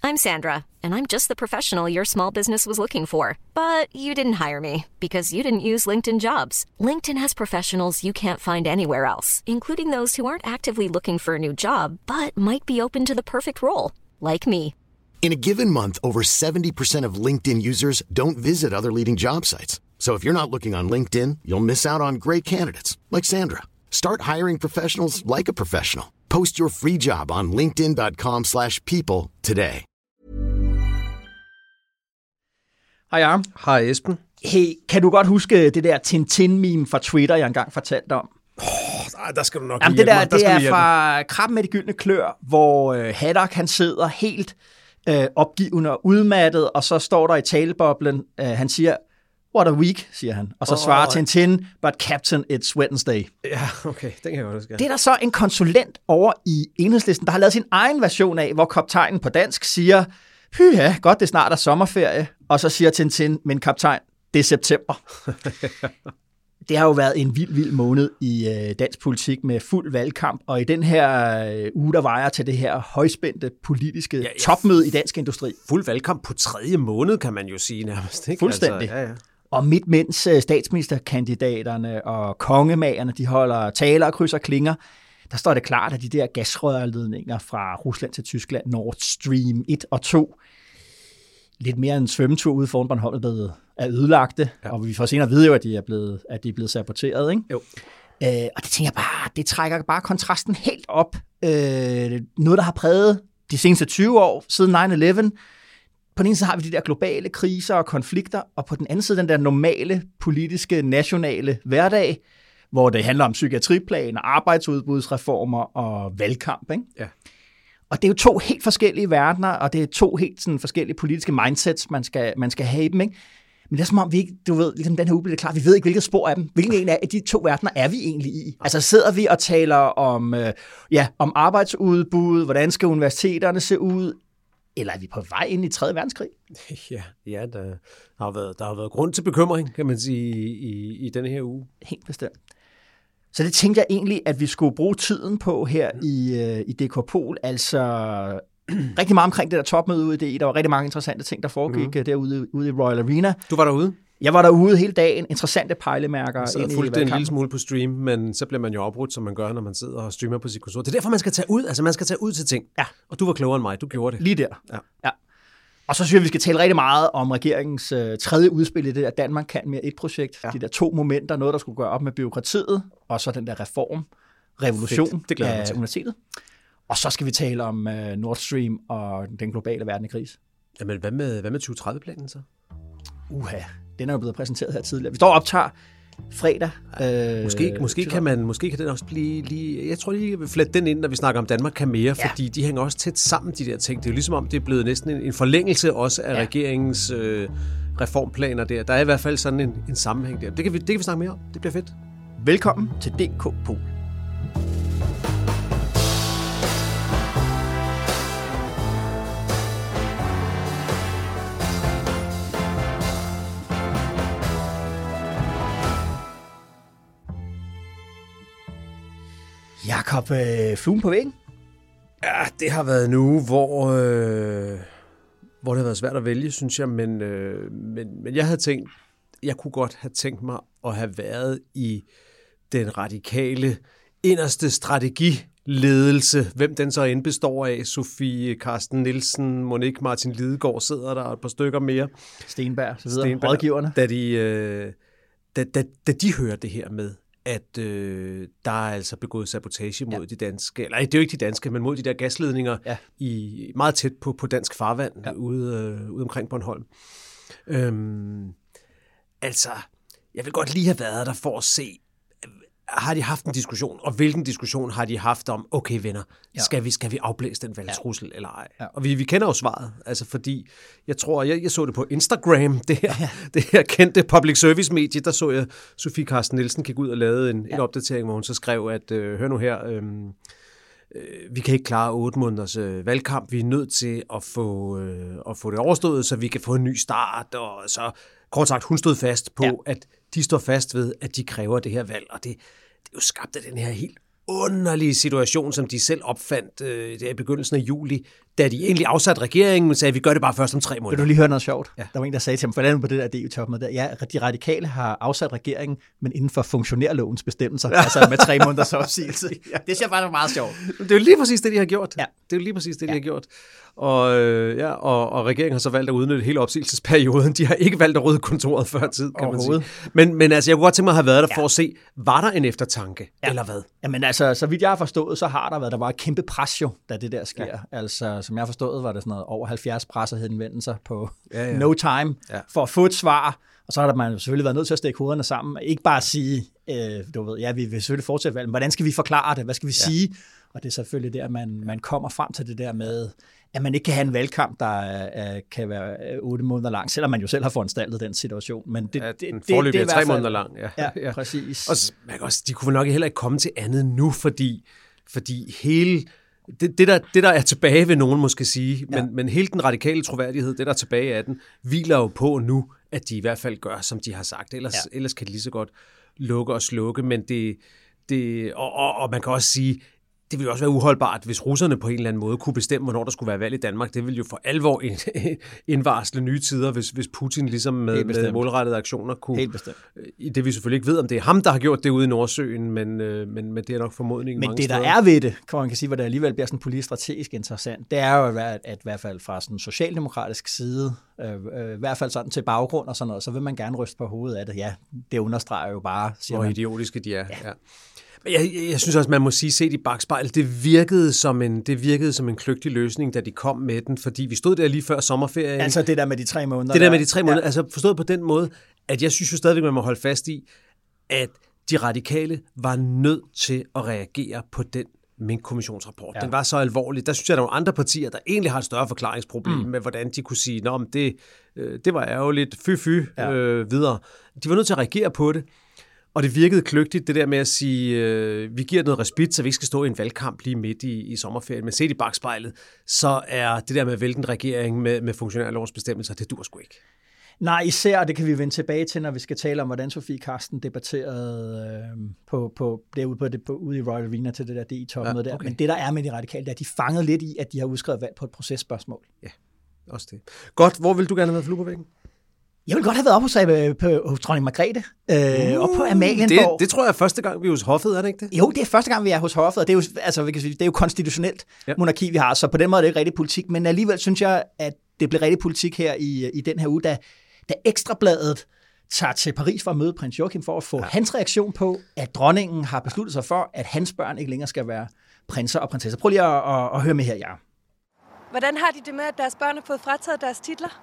I'm Sandra, and I'm just the professional your small business was looking for. But you didn't hire me because you didn't use LinkedIn Jobs. LinkedIn has professionals you can't find anywhere else, including those who aren't actively looking for a new job, but might be open to the perfect role, like me. In a given month, over 70% of LinkedIn users don't visit other leading job sites. So if you're not looking on LinkedIn, you'll miss out on great candidates like Sandra. Start hiring professionals like a professional. Post your free job on linkedin.com/people today. Hej Arm. Hej Esben. Hey, kan du godt huske det der Tintin-meme fra Twitter, jeg engang fortalte om? Der skal du nok Jamen, det er fra Krabben med de gyldne klør, hvor Haddock han sidder helt opgivende og udmattet, og så står der i taleboblen, han siger, what a week, siger han. Og så svarer Tintin, but Captain, it's Wednesday. Ja, okay, den kan jeg godt huske. Det er der så en konsulent over i Enhedslisten, der har lavet sin egen version af, hvor kaptajnen på dansk siger, ja, godt, det snart er sommerferie. Og så siger Tintin, men kaptajn, det er september. Det har jo været en vild måned i dansk politik med fuld valgkamp, og i den her uge, der vejer til det her højspændte politiske topmøde i dansk industri. Fuld valgkamp på 3. måned, kan man jo sige nærmest. Ikke? Fuldstændig. Altså, ja. Og midt mens statsministerkandidaterne og kongemagerne, de holder taler og krydser klinger, der står det klart, at de der gasrørledninger fra Rusland til Tyskland, Nord Stream 1 og 2, lidt mere end en svømmetur ude foran Bornholm er ødelagte, og vi får senere at vide jo, at de er blevet saboteret, ikke? Jo. Og det tænker jeg bare, det trækker bare kontrasten helt op. Noget, der har præget de seneste 20 år, siden 9/11. På den ene side har vi de der globale kriser og konflikter, og på den anden side den der normale politiske, nationale hverdag, hvor det handler om psykiatriplaner, arbejdsudbudsreformer og valgkamp, ikke? Ja. Og det er jo to helt forskellige verdener, og det er to helt sådan forskellige politiske mindsets, man skal have i dem, ikke? Men det er som om, vi ikke, du ved, ligesom den her uge bliver det klart, vi ved ikke, hvilket spor af dem. Hvilken en af de to verdener er vi egentlig i? Altså sidder vi og taler om arbejdsudbud, hvordan skal universiteterne se ud, eller er vi på vej ind i 3. verdenskrig? Ja, der har været grund til bekymring, kan man sige, i denne her uge. Helt bestemt. Så det tænkte jeg egentlig, at vi skulle bruge tiden på her i DK Pol, altså rigtig meget omkring det der topmøde ude i det. Der var rigtig mange interessante ting, der foregik derude i Royal Arena. Du var derude? Jeg var derude hele dagen. Interessante pejlemærker. Så jeg fulgte en lille smule på stream, men så bliver man jo afbrudt, som man gør, når man sidder og streamer på sit kontor. Det er derfor, man skal tage ud. Altså, man skal tage ud til ting. Ja. Og du var klogere end mig. Du gjorde det. Lige der. Ja. Og så synes jeg, vi skal tale rigtig meget om regeringens tredje udspil i det der Danmark kan mere 1-projekt. Ja. De der 2 momenter, noget der skulle gøre op med byråkratiet, og så den der revolution af universitetet. Og så skal vi tale om Nord Stream og den globale verden i krise. Jamen, hvad med 2030-planen så? Den er jo blevet præsenteret her tidligere. Vi står og optager fredag. Måske kan den også blive lige... Jeg tror lige, jeg vil flette den ind, når vi snakker om Danmark kan mere, fordi de hænger også tæt sammen, de der ting. Det er jo ligesom om, det er blevet næsten en forlængelse også af regeringens reformplaner der. Der er i hvert fald sådan en sammenhæng der. Det kan vi snakke mere om. Det bliver fedt. Velkommen til DK Pol. Jakob, fluen på væggen? Ja, det har været en uge, hvor det har været svært at vælge, synes jeg, men jeg kunne godt have tænkt mig at have været i den radikale inderste strategiledelse. Hvem den så end består af. Sofie Carsten Nielsen, Monique Martin Lidegaard sidder der, og et par stykker mere. Stenberg, så videre. Rådgiverne. Da de hører det her med, at der er altså begået sabotage mod de danske, eller det er jo ikke de danske, men mod de der gasledninger i meget tæt på dansk farvand ude omkring Bornholm. Altså, jeg vil godt lige have været der for at se, har de haft en diskussion, og hvilken diskussion har de haft om, okay venner, skal vi afblæse den valgtrussel eller ej? Ja. Og vi kender jo svaret, altså fordi, jeg tror, jeg så det på Instagram, det her kendte public service medie, der så jeg Sofie Carsten Nielsen gik ud og lavede en opdatering, hvor hun så skrev, at hør nu her, vi kan ikke klare 8 måneders valgkamp, vi er nødt til at få det overstået, så vi kan få en ny start, og så kort sagt, hun stod fast på, at de står fast ved, at de kræver det her valg, og det er jo skabt af den her helt underlige situation, som de selv opfandt der i begyndelsen af juli, da de egentlig afsatte regeringen, sagde, at vi gør det bare først om 3 måneder. Vil du lige høre noget sjovt? Ja. Der var en, der sagde til ham, hvordan på det der DU-topmøde der, ja, de radikale har afsat regeringen, men inden for funktionærlovens bestemmelser, altså med 3 måneders opsigelse. Det synes jeg bare er meget sjovt. Det er jo lige præcis det, de har gjort. Ja. Det er jo lige præcis det, de har gjort. Og regeringen har så valgt at udnytte hele opsigelsesperioden. De har ikke valgt at rydde kontoret før tid, kan man sige. Men altså, jeg kunne godt tænke mig at have været der for at se, var der en eftertanke, eller hvad? Jamen altså, så vidt jeg har forstået, så har der var et kæmpe pres jo, da det der sker. Ja. Altså, som jeg har forstået, var det sådan noget over 70 pressehenvendelser på no time for at få et svar. Og så har man selvfølgelig været nødt til at stikke hovederne sammen. Ikke bare sige, vi vil selvfølgelig fortsætte valget, men hvordan skal vi forklare det? Hvad skal vi sige? Og det er selvfølgelig der, man kommer frem til det der med, at man ikke kan have en valgkamp, der kan være 8 måneder lang, selvom man jo selv har foranstaltet den situation. Men det er 3 måneder lang. Ja, præcis. Og man kan også, de kunne nok heller ikke komme til andet nu, fordi hele det der er tilbage, vil nogen måske sige, men hele den radikale troværdighed, det der er tilbage af den, hviler jo på nu, at de i hvert fald gør, som de har sagt. Ellers kan de lige så godt lukke og slukke, men og man kan også sige, det ville jo også være uholdbart, hvis russerne på en eller anden måde kunne bestemme, hvornår der skulle være valg i Danmark. Det ville jo for alvor indvarsle nye tider, hvis Putin ligesom med målrettede aktioner kunne... Helt bestemt. Det vi selvfølgelig ikke ved, om det er ham, der har gjort det ude i Nordsøen, men det er nok formodningen mange steder. Men det, der er ved det, kan man sige, hvor det alligevel bliver sådan politisk strategisk interessant, det er jo, at i hvert fald fra sådan en socialdemokratisk side, i hvert fald sådan til baggrund og sådan noget, så vil man gerne ryste på hovedet af det. Ja, det understreger jo bare... Hvor idiotiske de er, ja. Jeg synes også, man må sige, set i bakspejlet, det virkede som en kløgtig løsning, da de kom med den, fordi vi stod der lige før sommerferien. Altså det der med de 3 måneder. Det der med de 3 måneder, altså forstået på den måde, at jeg synes jo stadigvæk, man må holde fast i, at de radikale var nødt til at reagere på den Mink-kommissionsrapport. Den var så alvorlig. Der synes jeg, der er nogle andre partier, der egentlig har et større forklaringsproblem med, hvordan de kunne sige, nå, men det var ærgerligt, videre. De var nødt til at reagere på det. Og det virkede kløgtigt, det der med at sige, vi giver noget respit, så vi ikke skal stå i en valgkamp lige midt i sommerferien. Men set i bakspejlet, så er det der med at vælte en regering med funktionærlovens bestemmelser, det dur sgu ikke. Nej, især, og det kan vi vende tilbage til, når vi skal tale om, hvordan Sofie Carsten debatterede ude i Royal Arena til det der DI-topmøde der. Men det, der er med de radikale, det er, at de fangede lidt i, at de har udskrevet valg på et processpørgsmål. Ja, også det. Godt, hvor vil du gerne have været flue på væggen? Jeg vil godt have været op hos dronning Margrethe, op på Amalienborg. Det tror jeg er første gang, vi er hos hoffet, er det ikke det? Jo, det er første gang, vi er hos hoffet, og det er jo, altså, det er jo konstitutionelt monarki, vi har, så på den måde er det ikke rigtig politik, men alligevel synes jeg, at det blev rigtig politik her i den her uge, da Ekstrabladet tager til Paris for at møde prins Joachim for at få hans reaktion på, at dronningen har besluttet sig for, at hans børn ikke længere skal være prinser og prinsesser. Prøv lige at høre med her, ja. Hvordan har de det med, at deres børn har fået frataget deres titler?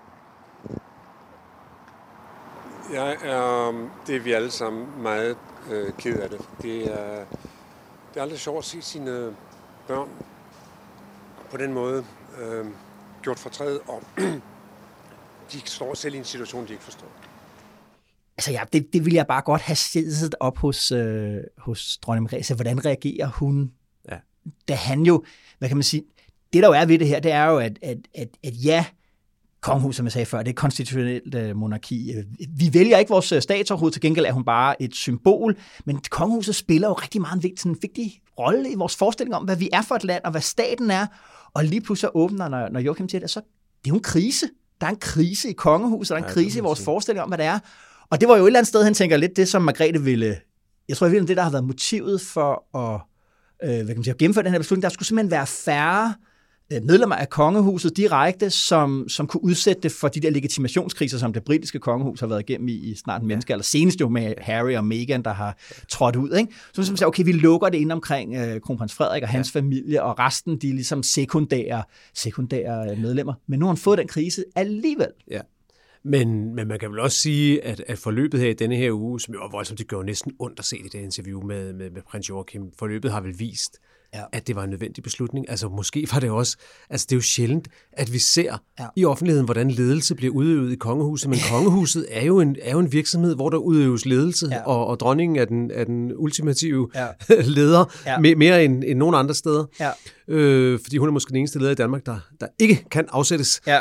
Det er vi alle sammen meget ked af det. Det er aldrig sjovt at se sine børn på den måde gjort fortræd, og de står selv i en situation, de ikke forstår. Altså ja, det vil jeg bare godt have siddet op hos dronning Margrethe. Hvordan reagerer hun? Ja. Da han jo, hvad kan man sige, det der jo er ved det her, det er jo, at ja, kongehuset, som jeg sagde før, det er konstitutionelt monarki. Vi vælger ikke vores statsoverhoved, til gengæld er hun bare et symbol, men kongehuset spiller jo rigtig meget en vigtig rolle i vores forestilling om, hvad vi er for et land, og hvad staten er, og lige pludselig åbner, når Joachim siger det, så det er jo en krise. Der er en krise i kongehuset, der er en krise i vores forestilling om, hvad det er. Og det var jo et eller andet sted, han tænker lidt det, som Margrethe ville, jeg tror virkelig, det der har været motivet for at gennemføre den her beslutning, der skulle simpelthen være færre medlemmer af kongehuset direkte, som kunne udsætte det for de der legitimationskriser, som det britiske kongehus har været igennem i snart en menneskealder. Senest jo med Harry og Meghan, der har trådt ud. Ikke? Så man siger, okay, vi lukker det ind omkring kronprins Frederik og hans familie, og resten, de er ligesom sekundære medlemmer. Men nu har han fået den krise alligevel. Ja. Men man kan vel også sige, at forløbet her i denne her uge, som jo var voldsomt, det gjorde næsten ondt at se i det interview med prins Joachim, forløbet har vel vist, at det var en nødvendig beslutning. Altså måske var det også, altså det er jo sjældent, at vi ser i offentligheden, hvordan ledelse bliver udøvet i kongehuset, men kongehuset er jo en virksomhed, hvor der udøves ledelse, og dronningen er den ultimative leder, mere end nogen andre steder. Ja. Fordi hun er måske den eneste leder i Danmark, der ikke kan afsættes. Ja.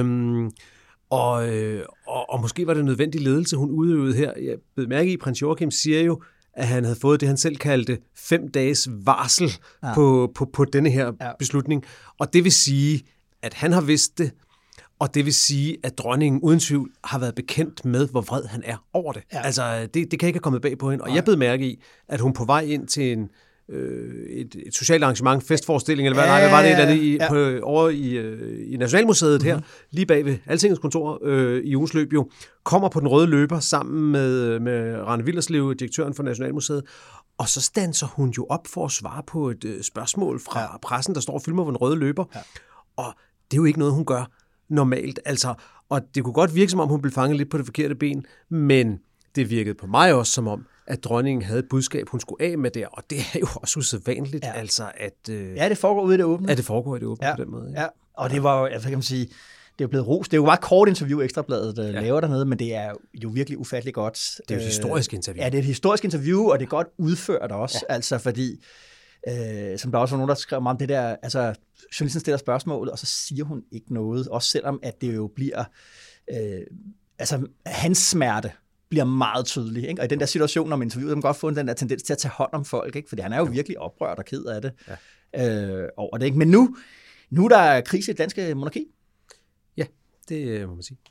Og måske var det nødvendig ledelse, hun udøvede her. Jeg bed mærke i, at prins Joachim siger jo, at han havde fået det, han selv kaldte 5 dages varsel på denne her beslutning. Og det vil sige, at han har vidst det, og det vil sige, at dronningen uden tvivl har været bekendt med, hvor vred han er over det. Ja. Altså, det kan ikke have kommet bag på hende. Og jeg blev mærke i, at hun på vej ind til et socialt arrangement, festforestilling, eller hvad var det, over i Nationalmuseet her, lige bag ved Altingets kontor i ugens løb jo, kommer på den røde løber sammen med Rane Willerslev, direktøren for Nationalmuseet, og så standser hun jo op for at svare på et spørgsmål fra pressen, der står og filmer på den røde løber. Ja. Og det er jo ikke noget, hun gør normalt. Altså, og det kunne godt virke, som om hun blev fanget lidt på det forkerte ben, men det virkede på mig også som om, at dronningen havde et budskab, hun skulle af med der, og det er jo også usædvanligt, altså at... det foregår ude i det åbne. Ja, det foregår i det åbne på den måde. Ja, og det var jo, altså kan man sige, det er jo blevet rost. Det er jo bare et kort interview, Ekstrabladet laver dernede, men det er jo virkelig ufattelig godt. Det er jo et historisk interview. Ja, det er et historisk interview, og det er godt udført også, altså fordi, som der også var nogen, der skrev meget om det der, altså journalisten stiller spørgsmålet, og så siger hun ikke noget, også selvom at det jo bliver, altså hans smerte bliver meget tydelig, ikke? Og i den der situation, når man interviewer, kan godt få den der tendens til at tage hånd om folk, ikke? For han er jo virkelig oprørt og ked af det over det, ikke? Men nu er der krise i det danske monarki. Ja, det må man sige.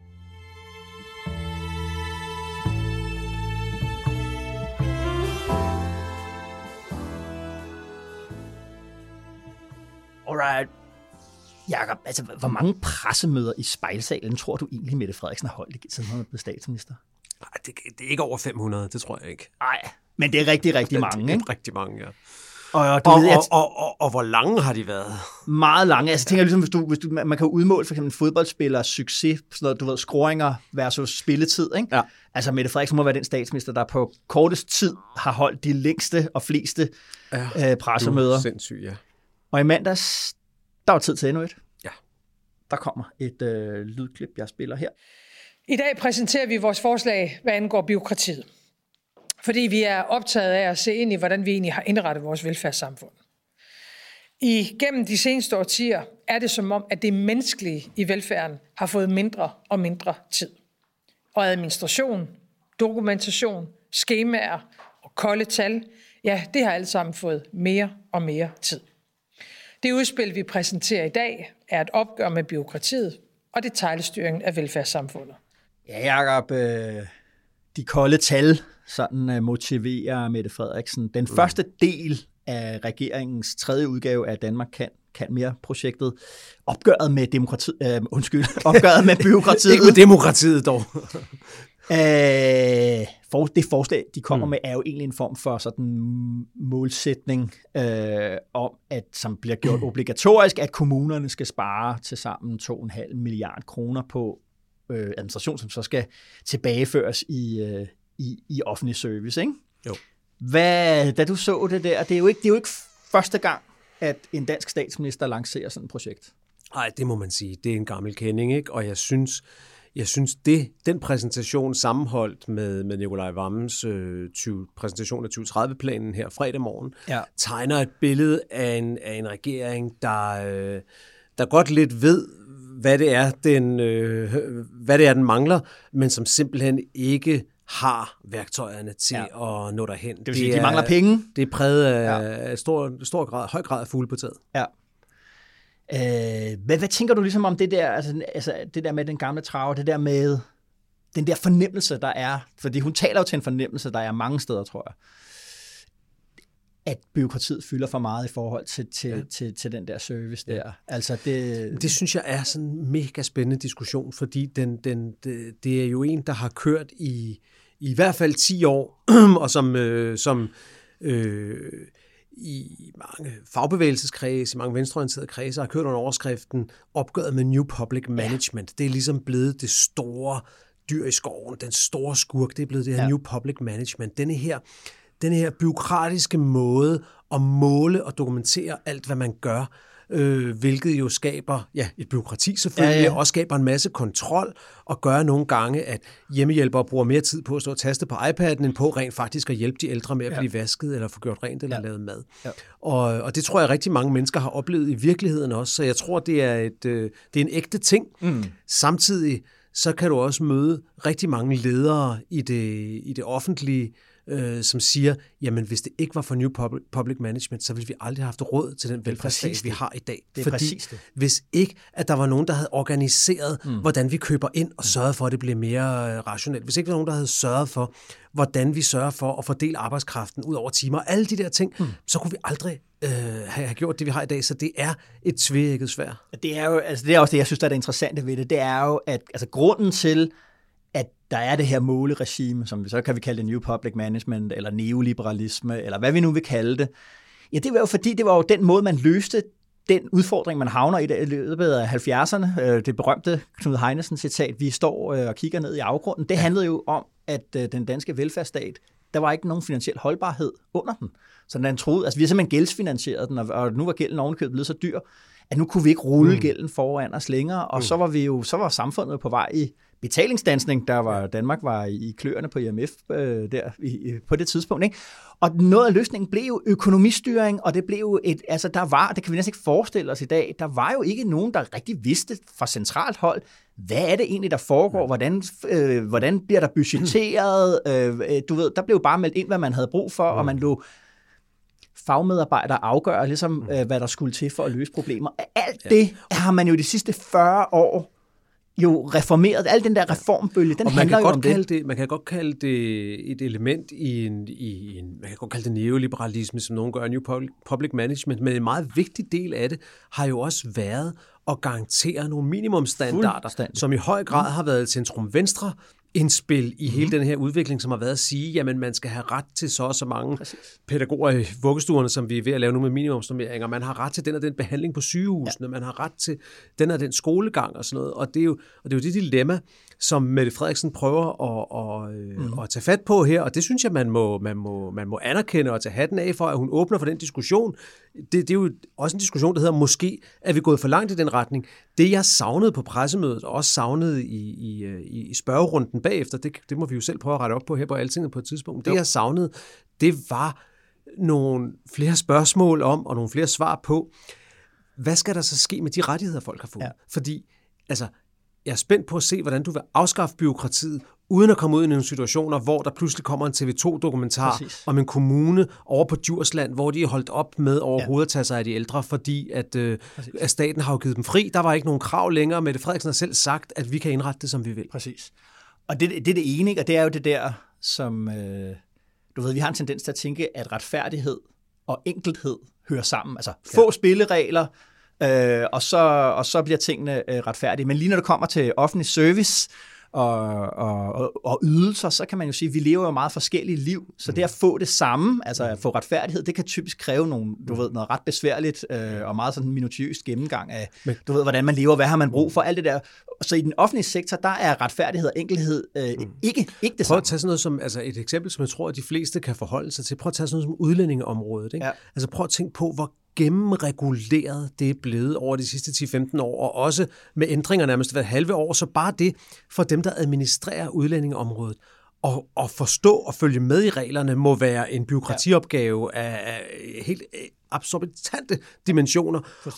Alright. Jakob, altså, hvor mange pressemøder i Spejlsalen tror du egentlig, Mette Frederiksen har holdt, siden hun er blevet statsminister? Nej, det er ikke over 500, det tror jeg ikke. Nej, men det er rigtig, rigtig mange, ikke? Det er rigtig mange, ja. Og hvor lange har de været? Meget lange. Altså, jeg tænker ligesom, hvis du, man kan jo udmåle for eksempel en fodboldspillers succes, sådan noget, du ved, scoringer versus spilletid, ikke? Ja. Altså, Mette Frederiksen må være den statsminister, der på kortest tid har holdt de længste og fleste pressemøder. Sindssygt, ja. Og i mandags, der var tid til endnu et. Ja. Der kommer et lydklip, jeg spiller her. I dag præsenterer vi vores forslag, hvad angår bureaukratiet. Fordi vi er optaget af at se ind i, hvordan vi egentlig har indrettet vores velfærdssamfund. Igennem de seneste årtier er det som om, at det menneskelige i velfærden har fået mindre og mindre tid. Og administration, dokumentation, skemaer og kolde tal, ja, det har alt sammen fået mere og mere tid. Det udspil, vi præsenterer i dag, er et opgør med bureaukratiet og detailstyringen af velfærdssamfundet. Ja, Jacob, de kolde tal sådan motiverer Mette Frederiksen. Den første del af regeringens tredje udgave af Danmark kan mere-projektet. Opgøret med opgøret med bureaukratiet. Ikke med demokratiet dog. Det forslag, de kommer med, er jo egentlig en form for sådan målsætning om, at som bliver gjort obligatorisk, at kommunerne skal spare til sammen 2,5 milliarder kroner på administration, som så skal tilbageføres i offentlig service, ikke? Jo. Da du så det der, det er jo ikke første gang, at en dansk statsminister lancerer sådan et projekt. Nej, det må man sige. Det er en gammel kending, ikke? Og jeg synes den præsentation sammenholdt med Nicolai Wammens præsentation af 2030-planen her fredag morgen, tegner et billede af en regering, der godt lidt ved, hvad det er, den mangler, men som simpelthen ikke har værktøjerne til at nå derhen. Det vil sige, de mangler penge. Det er præget af høj grad af fugle på taget. Ja. Hvad tænker du ligesom om det der, altså det der med den gamle trave, det der med den der fornemmelse, der er, fordi hun taler jo til en fornemmelse, der er mange steder, tror jeg, at bureaukratiet fylder for meget i forhold til den der service der. Ja. Altså det synes jeg er sådan en mega spændende diskussion, fordi det er jo en, der har kørt i hvert fald 10 år, og som i mange fagbevægelseskredse, i mange venstreorienterede kredse, har kørt under overskriften opgøret med New Public Management. Ja. Det er ligesom blevet det store dyr i skoven, den store skurk, det er blevet det her New Public Management. Den her bureaukratiske måde at måle og dokumentere alt, hvad man gør, hvilket jo skaber et bureaukrati selvfølgelig, og skaber en masse kontrol, og gør nogle gange, at hjemmehjælpere bruger mere tid på at stå og taste på iPad'en, end på rent faktisk at hjælpe de ældre med at blive vasket, eller få gjort rent, eller lavet mad. Ja. Og det tror jeg rigtig mange mennesker har oplevet i virkeligheden også, så jeg tror, det er en ægte ting. Samtidig så kan du også møde rigtig mange ledere i det offentlige, som siger, jamen hvis det ikke var for New Public Management, så ville vi aldrig have haft råd til den velfærdsstat, vi har i dag. Det er præcis det. Hvis ikke, at der var nogen, der havde organiseret, hvordan vi køber ind og sørget for, at det blev mere rationelt. Hvis ikke der var nogen, der havde sørget for, hvordan vi sørger for at fordele arbejdskraften ud over timer, alle de der ting, så kunne vi aldrig have gjort det, vi har i dag. Så det er et tveægget sværd. Det er jo, altså det er også det, jeg synes, der er det interessante ved det. Det er jo, at altså, grunden til, at der er det her måleregime, som så kan vi kalde det New Public Management, eller neoliberalisme, eller hvad vi nu vil kalde det. Ja, det var jo fordi, det var jo den måde, man løste den udfordring, man havner i løbet af 70'erne. Det berømte Knud Heinesen-citat, vi står og kigger ned i afgrunden. Det handlede jo om, at den danske velfærdsstat, der var ikke nogen finansiel holdbarhed under den. Så den troede, altså vi har simpelthen gældsfinansieret den, og nu var gælden ovenikøbet blevet så dyr, at nu kunne vi ikke rulle gælden foran os længere, og så var samfundet på vej i betalingsdansning. Danmark var i kløerne på IMF på det tidspunkt, ikke? Og noget af løsningen blev jo økonomistyring, og det blev jo det kan vi næsten ikke forestille os i dag, der var jo ikke nogen, der rigtig vidste fra centralt hold, hvad er det egentlig, der foregår, hvordan bliver der budgetteret, der blev bare meldt ind, hvad man havde brug for, og man lå fagmedarbejdere afgøre, ligesom hvad der skulle til for at løse problemer. Alt det har man jo de sidste 40 år jo reformeret. Al den der reformbølge, den handler jo om det. Man kan godt kalde det et element i en man kan godt kalde det neoliberalisme, som nogen gør, New Public Management, men en meget vigtig del af det har jo også været at garantere nogle minimumsstandarder, som i høj grad har været centrum-venstre indspil i hele den her udvikling, som har været at sige, jamen man skal have ret til så og så mange pædagoger i vuggestuerne, som vi er ved at lave nu med minimumsnormeringer. Man har ret til den og den behandling på sygehusene, man har ret til den og den skolegang og sådan noget. Og det er jo det dilemma, som Mette Frederiksen prøver at tage fat på her, og det synes jeg, man må anerkende og tage hatten af for, at hun åbner for den diskussion. Det er jo også en diskussion, der hedder, måske er vi gået for langt i den retning. Det, jeg savnede på pressemødet, og også savnede i spørgerunden bagefter, det må vi jo selv prøve at rette op på her på Altinget på et tidspunkt. Det, jeg savnede, det var nogle flere spørgsmål om, og nogle flere svar på, hvad skal der så ske med de rettigheder, folk har fået? Ja. Fordi, altså, jeg er spændt på at se, hvordan du vil afskaffe bureaukratiet, uden at komme ud i nogle situationer, hvor der pludselig kommer en TV2-dokumentar om en kommune over på Djursland, hvor de er holdt op med overhovedet at tage sig af de ældre, fordi at staten har jo givet dem fri. Der var ikke nogen krav længere. Mette Frederiksen har selv sagt, at vi kan indrette det, som vi vil. Præcis. Og det er det ene, og det er jo det der, som du ved, vi har en tendens til at tænke, at retfærdighed og enkelhed hører sammen. Altså få spilleregler, og så bliver tingene retfærdige. Men lige når det kommer til offentlig service og ydelser, så kan man jo sige, at vi lever jo meget forskellige liv. Så det at få det samme, altså at få retfærdighed, det kan typisk kræve noget ret besværligt og meget sådan minutiøst gennemgang af, hvordan man lever, hvad har man brug for, alt det der. Så i den offentlige sektor, der er retfærdighed og enkelhed ikke det samme. Prøv at tage sådan noget som, altså et eksempel, som jeg tror, at de fleste kan forholde sig til. Prøv at tage sådan noget som udlændingeområdet. Ikke? Ja. Altså prøv at tænke på, hvor gennemreguleret det er blevet over de sidste 10-15 år, og også med ændringer nærmest hvert halve år, så bare det for dem, der administrerer udlændingeområdet, og forstå og følge med i reglerne, må være en bureaukratiopgave af helt absorbentante dimensioner.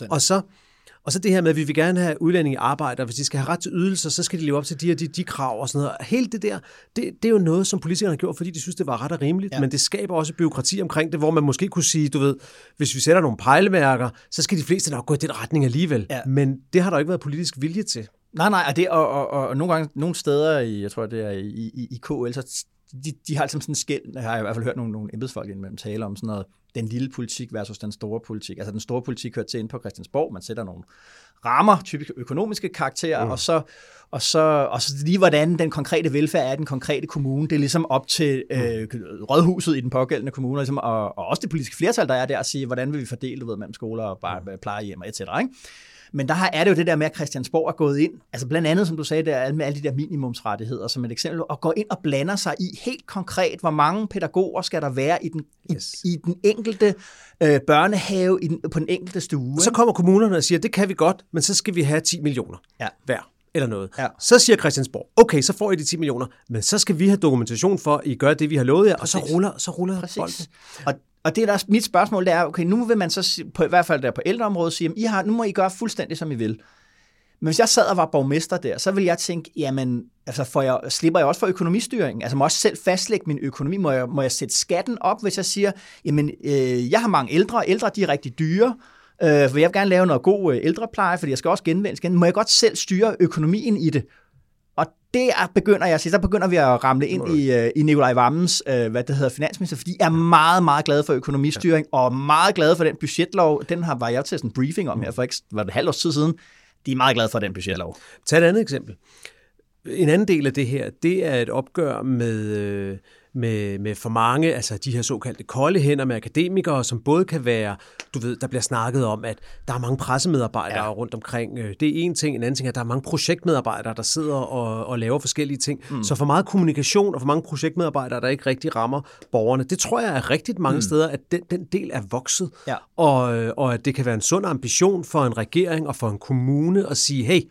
Og så det her med, at vi vil gerne have udlændinge arbejder, hvis de skal have ret til ydelser, så skal de leve op til de krav og sådan noget. Helt det der, det er jo noget, som politikerne har gjort, fordi de synes, det var ret og rimeligt, men det skaber også bureaukrati omkring det, hvor man måske kunne sige, du ved, hvis vi sætter nogle pejlemærker, så skal de fleste nok gå i den retning alligevel. Ja. Men det har der jo ikke været politisk vilje til. Nej, og nogle gange, nogle steder, jeg tror, det er i KL, så de har altså sådan en skel, jeg har i hvert fald hørt nogle embedsfolk indimellem tale om sådan noget, den lille politik versus den store politik. Altså den store politik hører til inde på Christiansborg, man sætter nogle rammer, typisk økonomiske karakterer, og så lige hvordan den konkrete velfærd er i den konkrete kommune, det er ligesom op til rådhuset i den pågældende kommune, ligesom, og også det politiske flertal, der er der, at sige, hvordan vil vi fordele mellem skoler og plejehjem og etc., ikke? Men der er det jo det der med, at Christiansborg er gået ind, altså blandt andet, som du sagde, der med alle de der minimumsrettigheder som et eksempel, og går ind og blander sig i helt konkret, hvor mange pædagoger skal der være i den enkelte børnehave, på den enkelte stue. Så kommer kommunerne og siger, det kan vi godt, men så skal vi have 10 millioner hver eller noget. Ja. Så siger Christiansborg, okay, så får I de 10 millioner, men så skal vi have dokumentation for, at I gør det, vi har lovet jer, og så ruller bolden. Og det er der mit spørgsmål, det er, okay, nu vil man så, i hvert fald der på ældreområdet, sige, nu må I gøre fuldstændig, som I vil. Men hvis jeg sad og var borgmester der, så ville jeg tænke, jamen, altså slipper jeg også for økonomistyring? Altså må jeg også selv fastlægge min økonomi? Må jeg sætte skatten op, hvis jeg siger, jamen, jeg har mange ældre de er rigtig dyre, for jeg vil gerne lave noget god ældrepleje, fordi jeg skal også genvælges. Må jeg godt selv styre økonomien i det? Og der begynder vi at ramle ind i Nicolai Wammens, finansminister, fordi jeg er meget, meget glad for økonomistyring, og meget glad for den budgetlov. Den var jeg til sådan en briefing om her for ikke, var det halvt års tid siden. De er meget glade for den budgetlov. Tag et andet eksempel. En anden del af det her, det er et opgør med for mange, altså de her såkaldte kolde hænder med akademikere, som både kan være, du ved, der bliver snakket om, at der er mange pressemedarbejdere rundt omkring. Det er en ting. En anden ting er, at der er mange projektmedarbejdere, der sidder og laver forskellige ting. Så for meget kommunikation og for mange projektmedarbejdere, der ikke rigtig rammer borgerne. Det tror jeg er rigtigt mange steder, at den del er vokset. Ja. Og at det kan være en sund ambition for en regering og for en kommune at sige, hey,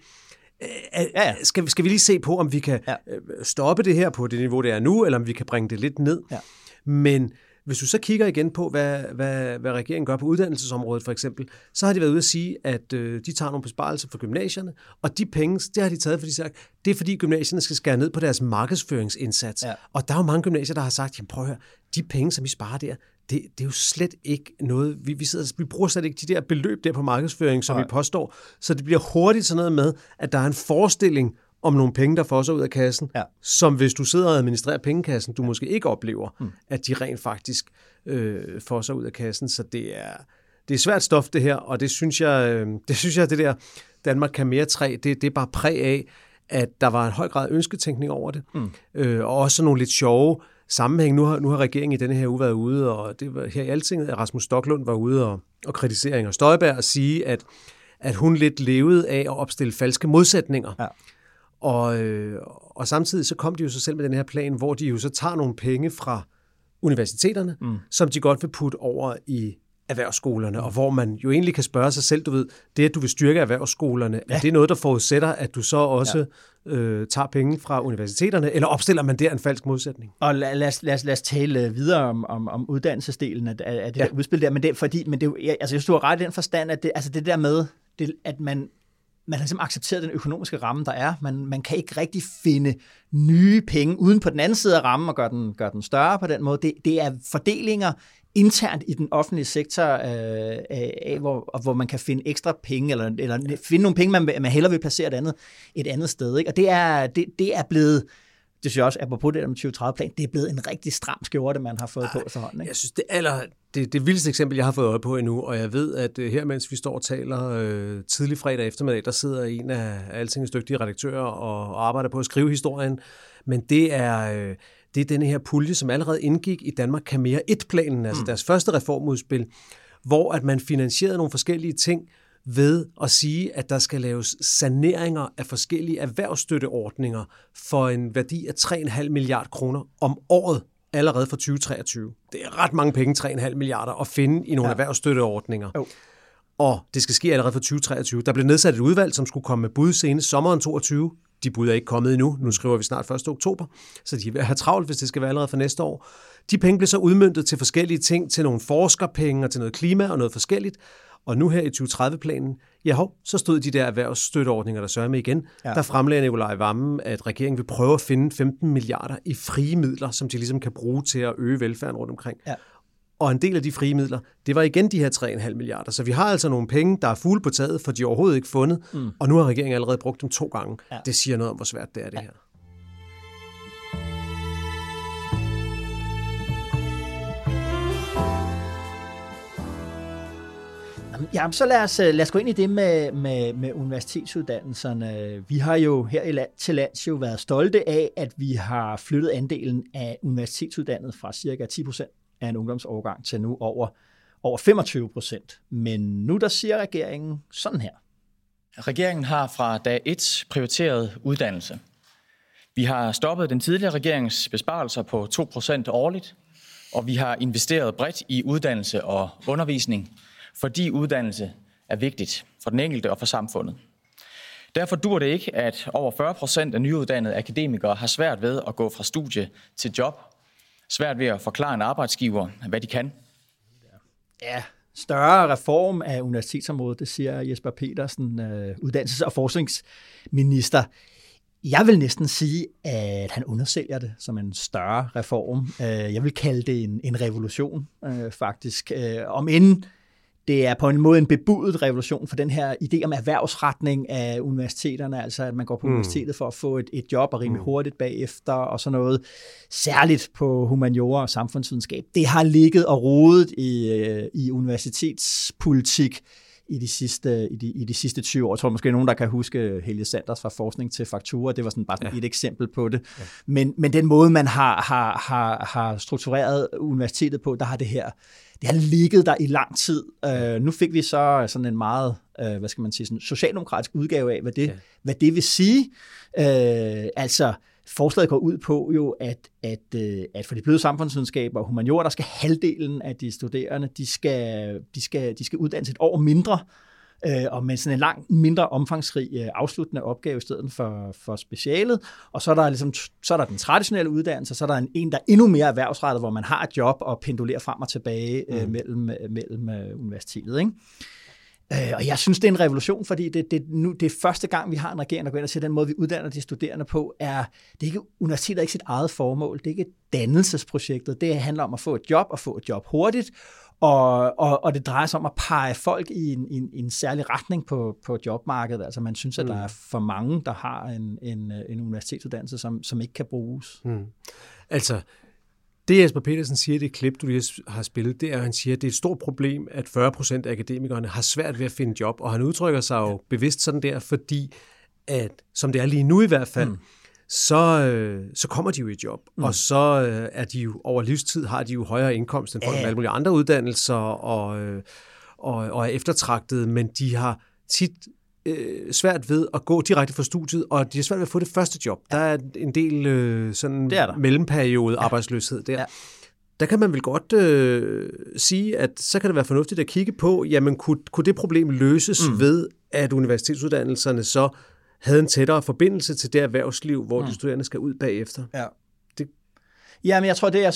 skal vi lige se på, om vi kan stoppe det her på det niveau, det er nu, eller om vi kan bringe det lidt ned. Ja. Men hvis du så kigger igen på, hvad regeringen gør på uddannelsesområdet for eksempel, så har de været ude at sige, at de tager nogle besparelser for gymnasierne, og de penge, det har de taget, fordi de sagt, det er fordi gymnasierne skal skære ned på deres markedsføringsindsats. Ja. Og der er jo mange gymnasier, der har sagt, jamen prøv at høre, de penge, som I sparer der, det er jo slet ikke noget, vi bruger slet ikke de der beløb der på markedsføring, som vi påstår, så det bliver hurtigt sådan noget med, at der er en forestilling om nogle penge, der fosser ud af kassen, som hvis du sidder og administrerer pengekassen, du måske ikke oplever, at de rent faktisk fosser ud af kassen, så det er svært stof det her, og det synes jeg, det der Danmark kan mere 3, det er bare præg af, at der var en høj grad ønsketænkning over det, og også nogle lidt sjove sammenhæng. Nu har regeringen i denne her uge været ude, og det var her i Altinget, at Rasmus Stoklund var ude og kritisere Inger Støjberg og sige, at hun lidt levede af at opstille falske modsætninger. Ja. Og samtidig så kom de jo så selv med den her plan, hvor de jo så tager nogle penge fra universiteterne, som de godt vil putte over i erhvervsskolerne, og hvor man jo egentlig kan spørge sig selv, du ved, det at du vil styrke erhvervsskolerne, er det noget, der forudsætter, at du så også tager penge fra universiteterne, eller opstiller man der en falsk modsætning? Og lad os tale videre om uddannelsesdelen af det der udspil der, men jeg synes, du har ret i den forstand, at det der med, at man har ligesom accepteret den økonomiske ramme, der er. Man kan ikke rigtig finde nye penge uden på den anden side af rammen og gøre den større på den måde. Det er fordelinger internt i den offentlige sektor, hvor man kan finde ekstra penge, eller finde nogle penge, man hellere vil placere et andet sted. Ikke? Og det er blevet, det synes jeg også, apropos det om 2030-plan, det er blevet en rigtig stram skjorte, man har fået på efterhånden. Ikke? Jeg synes, det vildeste eksempel, jeg har fået øje på endnu, og jeg ved, at her, mens vi står og taler tidlig fredag eftermiddag, der sidder en af Altingets dygtige redaktører og arbejder på at skrive historien, men det er denne her pulje, som allerede indgik i Danmark kan mere 1-planen, altså deres første reformudspil, hvor at man finansierede nogle forskellige ting ved at sige, at der skal laves saneringer af forskellige erhvervsstøtteordninger for en værdi af 3,5 milliarder kroner om året allerede fra 2023. Det er ret mange penge, 3,5 milliarder, at finde i nogle erhvervsstøtteordninger. Og det skal ske allerede fra 2023. Der blev nedsat et udvalg, som skulle komme med bud senest sommeren 2022. De bud er ikke kommet endnu. Nu skriver vi snart 1. oktober, så de vil have travlt, hvis det skal være allerede fra næste år. De penge blev så udmøntet til forskellige ting, til nogle forskerpenge og til noget klima og noget forskelligt. Og nu her i 2030-planen, så stod de der erhvervsstøtteordninger, der sørger med igen. Ja. Der fremlagde Nicolai Wammen, at regeringen vil prøve at finde 15 milliarder i frie midler, som de ligesom kan bruge til at øge velfærden rundt omkring. Ja. Og en del af de frie midler, det var igen de her 3,5 milliarder. Så vi har altså nogle penge, der er fugle på taget, for de er overhovedet ikke fundet. Og nu har regeringen allerede brugt dem 2 gange. Ja. Det siger noget om, hvor svært det er, det her. Ja, så lad os gå ind i det med universitetsuddannelserne. Vi har jo her til lands jo været stolte af, at vi har flyttet andelen af universitetsuddannede fra cirka 10% af en ungdomsårgang til nu over 25%. Men nu der siger regeringen sådan her. Regeringen har fra dag 1 prioriteret uddannelse. Vi har stoppet den tidligere regerings besparelser på 2% årligt, og vi har investeret bredt i uddannelse og undervisning, fordi uddannelse er vigtigt for den enkelte og for samfundet. Derfor dur det ikke, at over 40% af nyuddannede akademikere har svært ved at gå fra studie til job, svært ved at forklare en arbejdsgiver, hvad de kan. Ja, større reform af universitetsområdet, det siger Jesper Petersen, uddannelses- og forskningsminister. Jeg vil næsten sige, at han undersælger det som en større reform. Jeg vil kalde det en revolution, faktisk. Om end det er på en måde en bebudet revolution for den her idé om erhvervsretning af universiteterne, altså at man går på universitetet for at få et job og rimelig hurtigt bagefter og sådan noget. Særligt på humaniora og samfundsvidenskab. Det har ligget og rodet i universitetspolitik i de sidste 20 år. Jeg tror måske nogen, der kan huske Helge Sanders fra Forskning til Faktura. Det var sådan bare et eksempel på det. Ja. Men den måde, man har struktureret universitetet på, der har det har ligget der i lang tid. Nu fik vi så sådan en meget, sådan socialdemokratisk udgave af, hvad det vil sige. Altså, forslaget går ud på jo, at for de bløde samfundsvidenskaber og humaniora, der skal halvdelen af de studerende, de skal uddannes et år mindre, og med sådan en langt mindre omfangsrig afsluttende opgave i stedet for specialet. Og så er der den traditionelle uddannelse, og så er der en, der er endnu mere erhvervsrettet, hvor man har et job og pendulerer frem og tilbage mellem universitetet, ikke? Og jeg synes, det er en revolution, fordi det er første gang, vi har en regering, der går ind og siger, at den måde, vi uddanner de studerende på, det er ikke universitetet er ikke sit eget formål. Det er ikke dannelsesprojektet. Det handler om at få et job og få et job hurtigt. Og det drejer sig om at pege folk i en særlig retning på jobmarkedet. Altså man synes, at der er for mange, der har en universitetsuddannelse, som ikke kan bruges. Altså, det Jesper Petersen siger i det klip, du lige har spillet, det er, at han siger, at det er et stort problem, at 40% af akademikerne har svært ved at finde job, og han udtrykker sig jo bevidst sådan der, fordi at, som det er lige nu i hvert fald, så kommer de jo i job, og så er de jo over livstid, har de jo højere indkomst end folk med alle mulige andre uddannelser, og er eftertragtede, men de har tit svært ved at gå direkte fra studiet, og de har svært ved at få det første job. Der er en del sådan mellemperiode arbejdsløshed der. Ja. Der kan man vel godt sige, at så kan det være fornuftigt at kigge på, jamen kunne det problem løses ved, at universitetsuddannelserne så havde en tættere forbindelse til det erhvervsliv, hvor de studerende skal ud bagefter? Ja. Ja, men jeg tror, det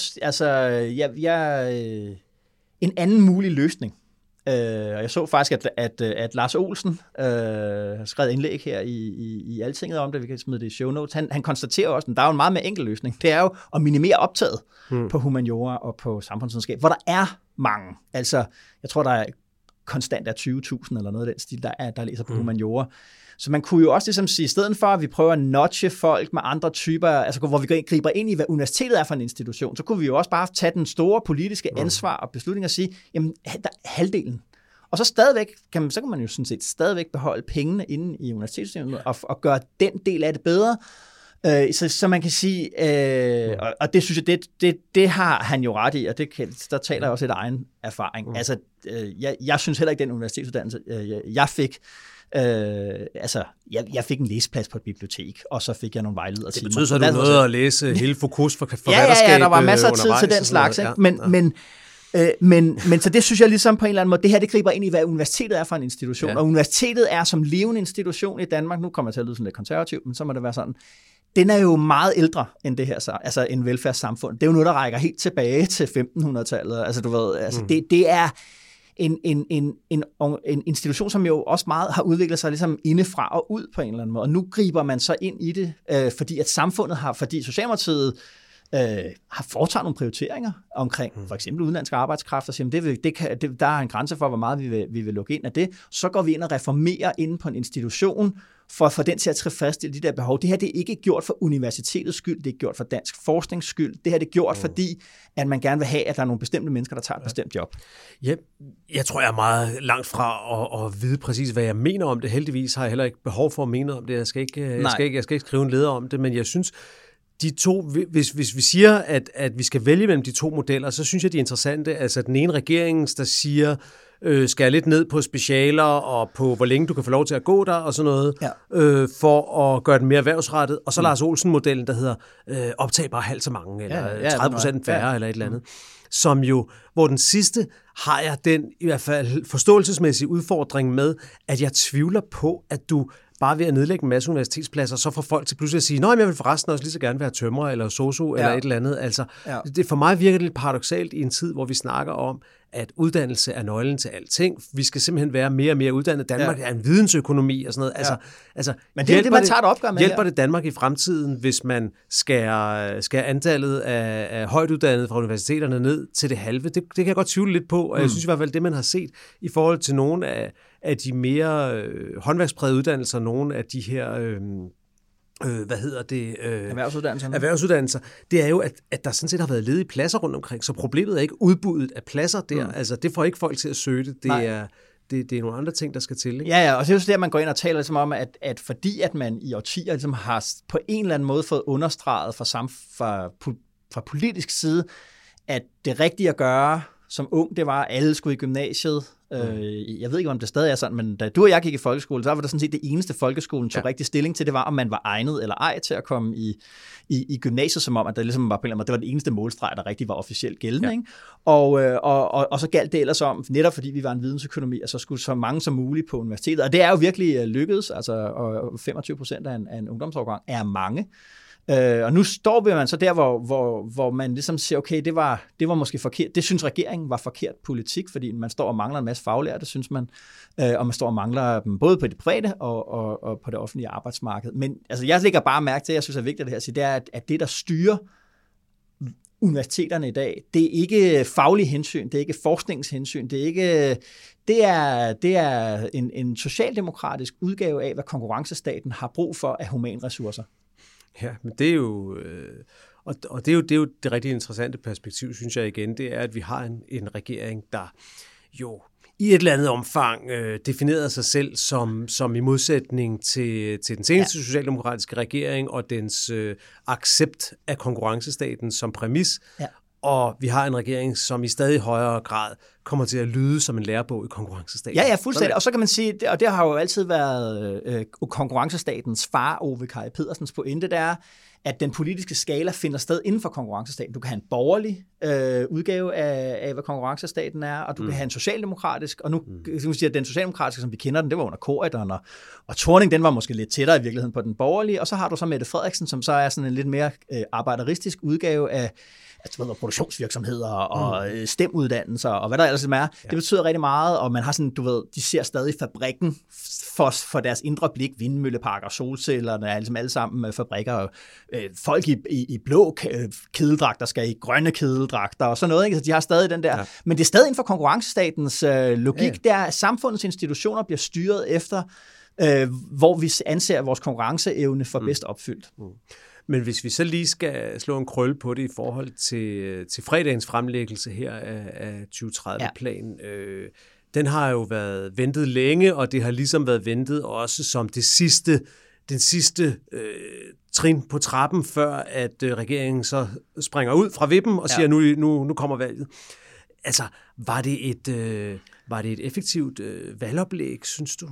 er en anden mulig løsning. Og jeg så faktisk, at Lars Olsen har skrevet indlæg her i Altinget om det, vi kan smide det i show notes. Han konstaterer også, at der er jo en meget mere enkel løsning. Det er jo at minimere optaget på humaniora og på samfundsvidenskab, hvor der er mange. Altså, jeg tror, der er konstant 20.000 eller noget af den stil, der læser på humaniora. Så man kunne jo også ligesom sige, i stedet for, at vi prøver at notche folk med andre typer, altså hvor vi griber ind i, hvad universitetet er for en institution, så kunne vi jo også bare tage den store politiske ansvar og beslutning og sige, jamen, halvdelen. Og så stadigvæk, så kan man jo sådan set stadigvæk beholde pengene inde i universitetssystemet og gøre den del af det bedre. Så man kan sige, og det synes jeg, det har han jo ret i, og der taler jeg også et egen erfaring. Altså, jeg synes heller ikke, den universitetsuddannelse, jeg fik, jeg fik en læseplads på et bibliotek, og så fik jeg nogle vejledere. Det betyder så, at du nåede at læse hele fokus for forfatterskab. Ja, der var masser af tid til den slags. Men så det synes jeg ligesom på en eller anden måde, det her det griber ind i, hvad universitetet er for en institution, og universitetet er som levende institution i Danmark, nu kommer jeg til at lyde sådan lidt konservativt, men så må det være sådan, den er jo meget ældre end det her, altså en velfærdssamfund. Det er jo noget, der rækker helt tilbage til 1500-tallet. Altså du ved, altså det er en institution, som jo også meget har udviklet sig ligesom indefra og ud på en eller anden måde. Og nu griber man så ind i det, fordi at samfundet fordi Socialdemokratiet har foretaget nogle prioriteringer omkring for eksempel udenlandsk arbejdskraft, og siger, der er en grænse for, hvor meget vi vil lukke ind af det. Så går vi ind og reformerer inde på en institution, for at få den til at tilfredsstille de der behov. Det her det er ikke gjort for universitetets skyld, det er gjort for dansk forsknings skyld. Det her det er gjort, fordi at man gerne vil have, at der er nogle bestemte mennesker, der tager et bestemt job. Ja, jeg tror, jeg er meget langt fra at vide præcis, hvad jeg mener om det. Heldigvis har jeg heller ikke behov for at mene om det. Jeg skal ikke skrive en leder om det, men jeg synes, de to, hvis vi siger, at vi skal vælge mellem de to modeller, så synes jeg, de er interessante. Altså den ene regering, der siger, skære lidt ned på specialer og på, hvor længe du kan få lov til at gå der og sådan noget, for at gøre den mere erhvervsrettet. Og så Lars Olsen-modellen, der hedder optag bare halvt så mange, eller 30% færre, eller et eller andet. Som jo, hvor den sidste har jeg den i hvert fald forståelsesmæssige udfordring med, at jeg tvivler på, at du bare ved at nedlægge en masse universitetspladser, så får folk til pludselig at sige, nej, jeg vil forresten også lige så gerne være tømrer eller sosu eller et eller andet. Altså, det for mig virker det lidt paradoksalt i en tid, hvor vi snakker om, at uddannelse er nøglen til alting. Vi skal simpelthen være mere og mere uddannet. Danmark er en vidensøkonomi og sådan noget. Altså, men det er det, man tager et opgør med. Hjælper det Danmark i fremtiden, hvis man skærer antallet af højtuddannede fra universiteterne ned til det halve? Det kan jeg godt tvivle lidt på, og jeg synes i hvert fald, det man har set i forhold til nogle af de mere håndværksprægede uddannelser, nogle af de her erhvervsuddannelser, det er jo, at der sådan set har været ledige pladser rundt omkring, så problemet er ikke udbuddet af pladser der. Altså, det får ikke folk til at søge det. Det er nogle andre ting, der skal til. Ikke? Ja, og det er jo så der, man går ind og taler ligesom om, at fordi at man i årtier ligesom har på en eller anden måde fået understreget fra politisk side, at det rigtige at gøre som ung, det var, at alle skulle i gymnasiet. Jeg ved ikke, om det stadig er sådan, men da du og jeg gik i folkeskole, så var det sådan set det eneste, folkeskolen tog rigtig stilling til, det var, om man var egnet eller ej til at komme i gymnasiet, som om, at der ligesom var på en eller anden måde, det var den eneste målstreg, der rigtig var officielt gældende. Ikke? Og så galt det ellers om, netop fordi vi var en vidensøkonomi, og så skulle så mange som muligt på universitetet. Og det er jo virkelig lykkedes, altså, og 25% af en ungdomsårgang er mange. Og nu står vi man så der, hvor man ligesom siger, okay, det var måske forkert. Det synes regeringen var forkert politik, fordi man står og mangler en masse faglærte, det synes man. Og man står og mangler dem både på det private og på det offentlige arbejdsmarked. Men altså, jeg lægger bare mærke til, jeg synes er vigtigt det her at sige, det er, at det, der styrer universiteterne i dag, det er ikke faglige hensyn, det er ikke forskningshensyn, det er en socialdemokratisk udgave af, hvad konkurrencestaten har brug for af humanressourcer. Ja, men det er jo, og det er jo det rigtig interessante perspektiv, synes jeg igen, det er, at vi har en regering, der jo i et eller andet omfang definerede sig selv som i modsætning til den seneste socialdemokratiske regering og dens accept af konkurrencestaten som præmis. Ja. Og vi har en regering, som i stadig højere grad kommer til at lyde som en lærebog i konkurrencestaten. Ja, fuldstændig. Og så kan man sige, og det har jo altid været konkurrencestatens far, Ove Kaj Pedersens pointe, der er, at den politiske skala finder sted inden for konkurrencestaten. Du kan have en borgerlig udgave af, hvad konkurrencestaten er, og du kan have en socialdemokratisk, og nu kan man sige, at den socialdemokratiske, som vi kender den, det var under Corydon, og Thorning, den var måske lidt tættere i virkeligheden på den borgerlige, og så har du så Mette Frederiksen, som så er sådan en lidt mere arbejderistisk udgave af produktionsvirksomheder og STEM-uddannelser og hvad der ellers er. Ja. Det betyder rigtig meget, og man har sådan, de ser stadig fabrikken for deres indre blik, vindmølleparker, solceller, der er ligesom alle sammen fabrikker, folk i blå kedeldragter skal i grønne kedeldragter og sådan noget, ikke? Så de har stadig den der, men det er stadig inden for konkurrencestatens logik, der at samfundets institutioner bliver styret efter, hvor vi anser vores konkurrenceevne for bedst opfyldt. Men hvis vi så lige skal slå en krølle på det i forhold til fredagens fremlæggelse her af 2030-planen, den har jo været ventet længe, og det har ligesom været ventet også som den sidste trin på trappen, før at regeringen så springer ud fra vippen og siger, nu kommer valget. Altså, var det et effektivt valgoplæg, synes du?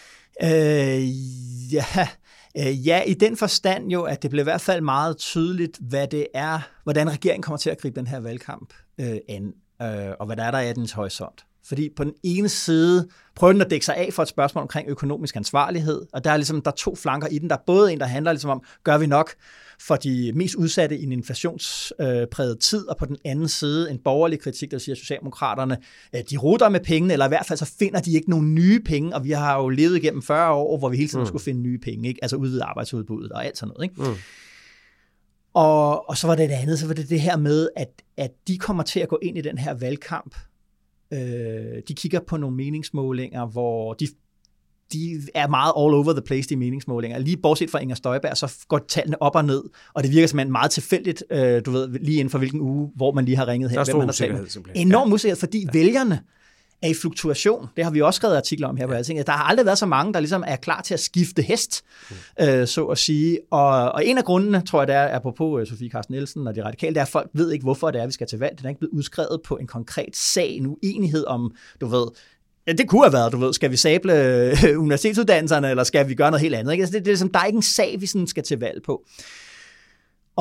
Ja, i den forstand jo, at det blev i hvert fald meget tydeligt, hvad det er, hvordan regeringen kommer til at gribe den her valgkamp an, og hvad der er dens horisont. Fordi på den ene side prøver den at dække sig af for et spørgsmål omkring økonomisk ansvarlighed, og der er to flanker i den. Der er både en, der handler ligesom om, gør vi nok for de mest udsatte i en inflationspræget tid, og på den anden side en borgerlig kritik, der siger, at Socialdemokraterne, de rutter med pengene, eller i hvert fald så finder de ikke nogen nye penge, og vi har jo levet igennem 40 år, hvor vi hele tiden skulle finde nye penge, ikke? Altså udvide arbejdsudbuddet og alt sådan noget. Ikke? Og så var det andet, så var det her med, at de kommer til at gå ind i den her valgkamp. De kigger på nogle meningsmålinger, hvor de er meget all over the place, de meningsmålinger. Lige bortset fra Inger Støjberg, så går tallene op og ned, og det virker simpelthen meget tilfældigt, du ved, lige inden for hvilken uge, hvor man lige har ringet her. Hvem man har talt. Enorm usikkerhed, fordi vælgerne er i fluktuation. Det har vi også skrevet artikler om her på Altinget. Der har aldrig været så mange, der ligesom er klar til at skifte hest, så at sige. Og en af grundene, tror jeg, det er, apropos Sofie Carsten Nielsen og de radikale, det er, at folk ved ikke, hvorfor det er, vi skal til valg. Det er ikke blevet udskrevet på en konkret sag, en uenighed om, du ved, ja, det kunne have været, du ved, skal vi sable universitetsuddannelserne, eller skal vi gøre noget helt andet? Ikke? Altså, det er ligesom, der er ikke en sag, vi sådan skal til valg på.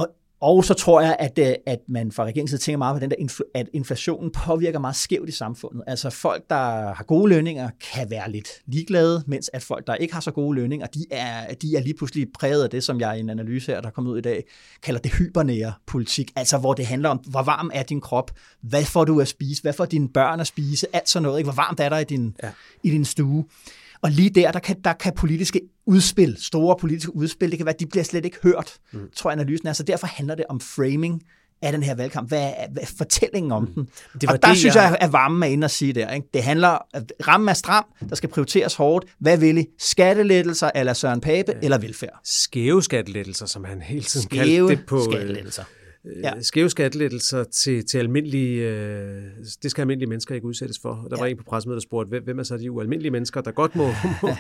Og så tror jeg, at man fra regeringens side tænker meget på den der, at inflationen påvirker meget skævt i samfundet. Altså folk, der har gode lønninger, kan være lidt ligeglade, mens at folk, der ikke har så gode lønninger, de er lige pludselig præget af det, som jeg i en analyse her, der er kommet ud i dag, kalder det hypernære politik. Altså hvor det handler om, hvor varm er din krop, hvad får du at spise, hvad får dine børn at spise, alt sådan noget. Ikke? Hvor varmt er der i din stue. Og lige der kan politiske udspil, store politiske udspil, det kan være, de bliver slet ikke hørt, tror jeg analysen er. Så derfor handler det om framing af den her valgkamp. Hvad er fortællingen om den? Og der synes jeg, at varmen er inde at sige der. Ikke? Det handler, rammen er stram, der skal prioriteres hårdt. Hvad vil I? Skattelettelser eller Søren Pape eller velfærd? Skæve skattelettelser, som han hele tiden kaldte det på. Skattelettelser. Skæve skattelettelser til almindelige, det skal almindelige mennesker ikke udsættes for. Der var en på pressemødet, der spurgte, hvem er så de ualmindelige mennesker, der godt må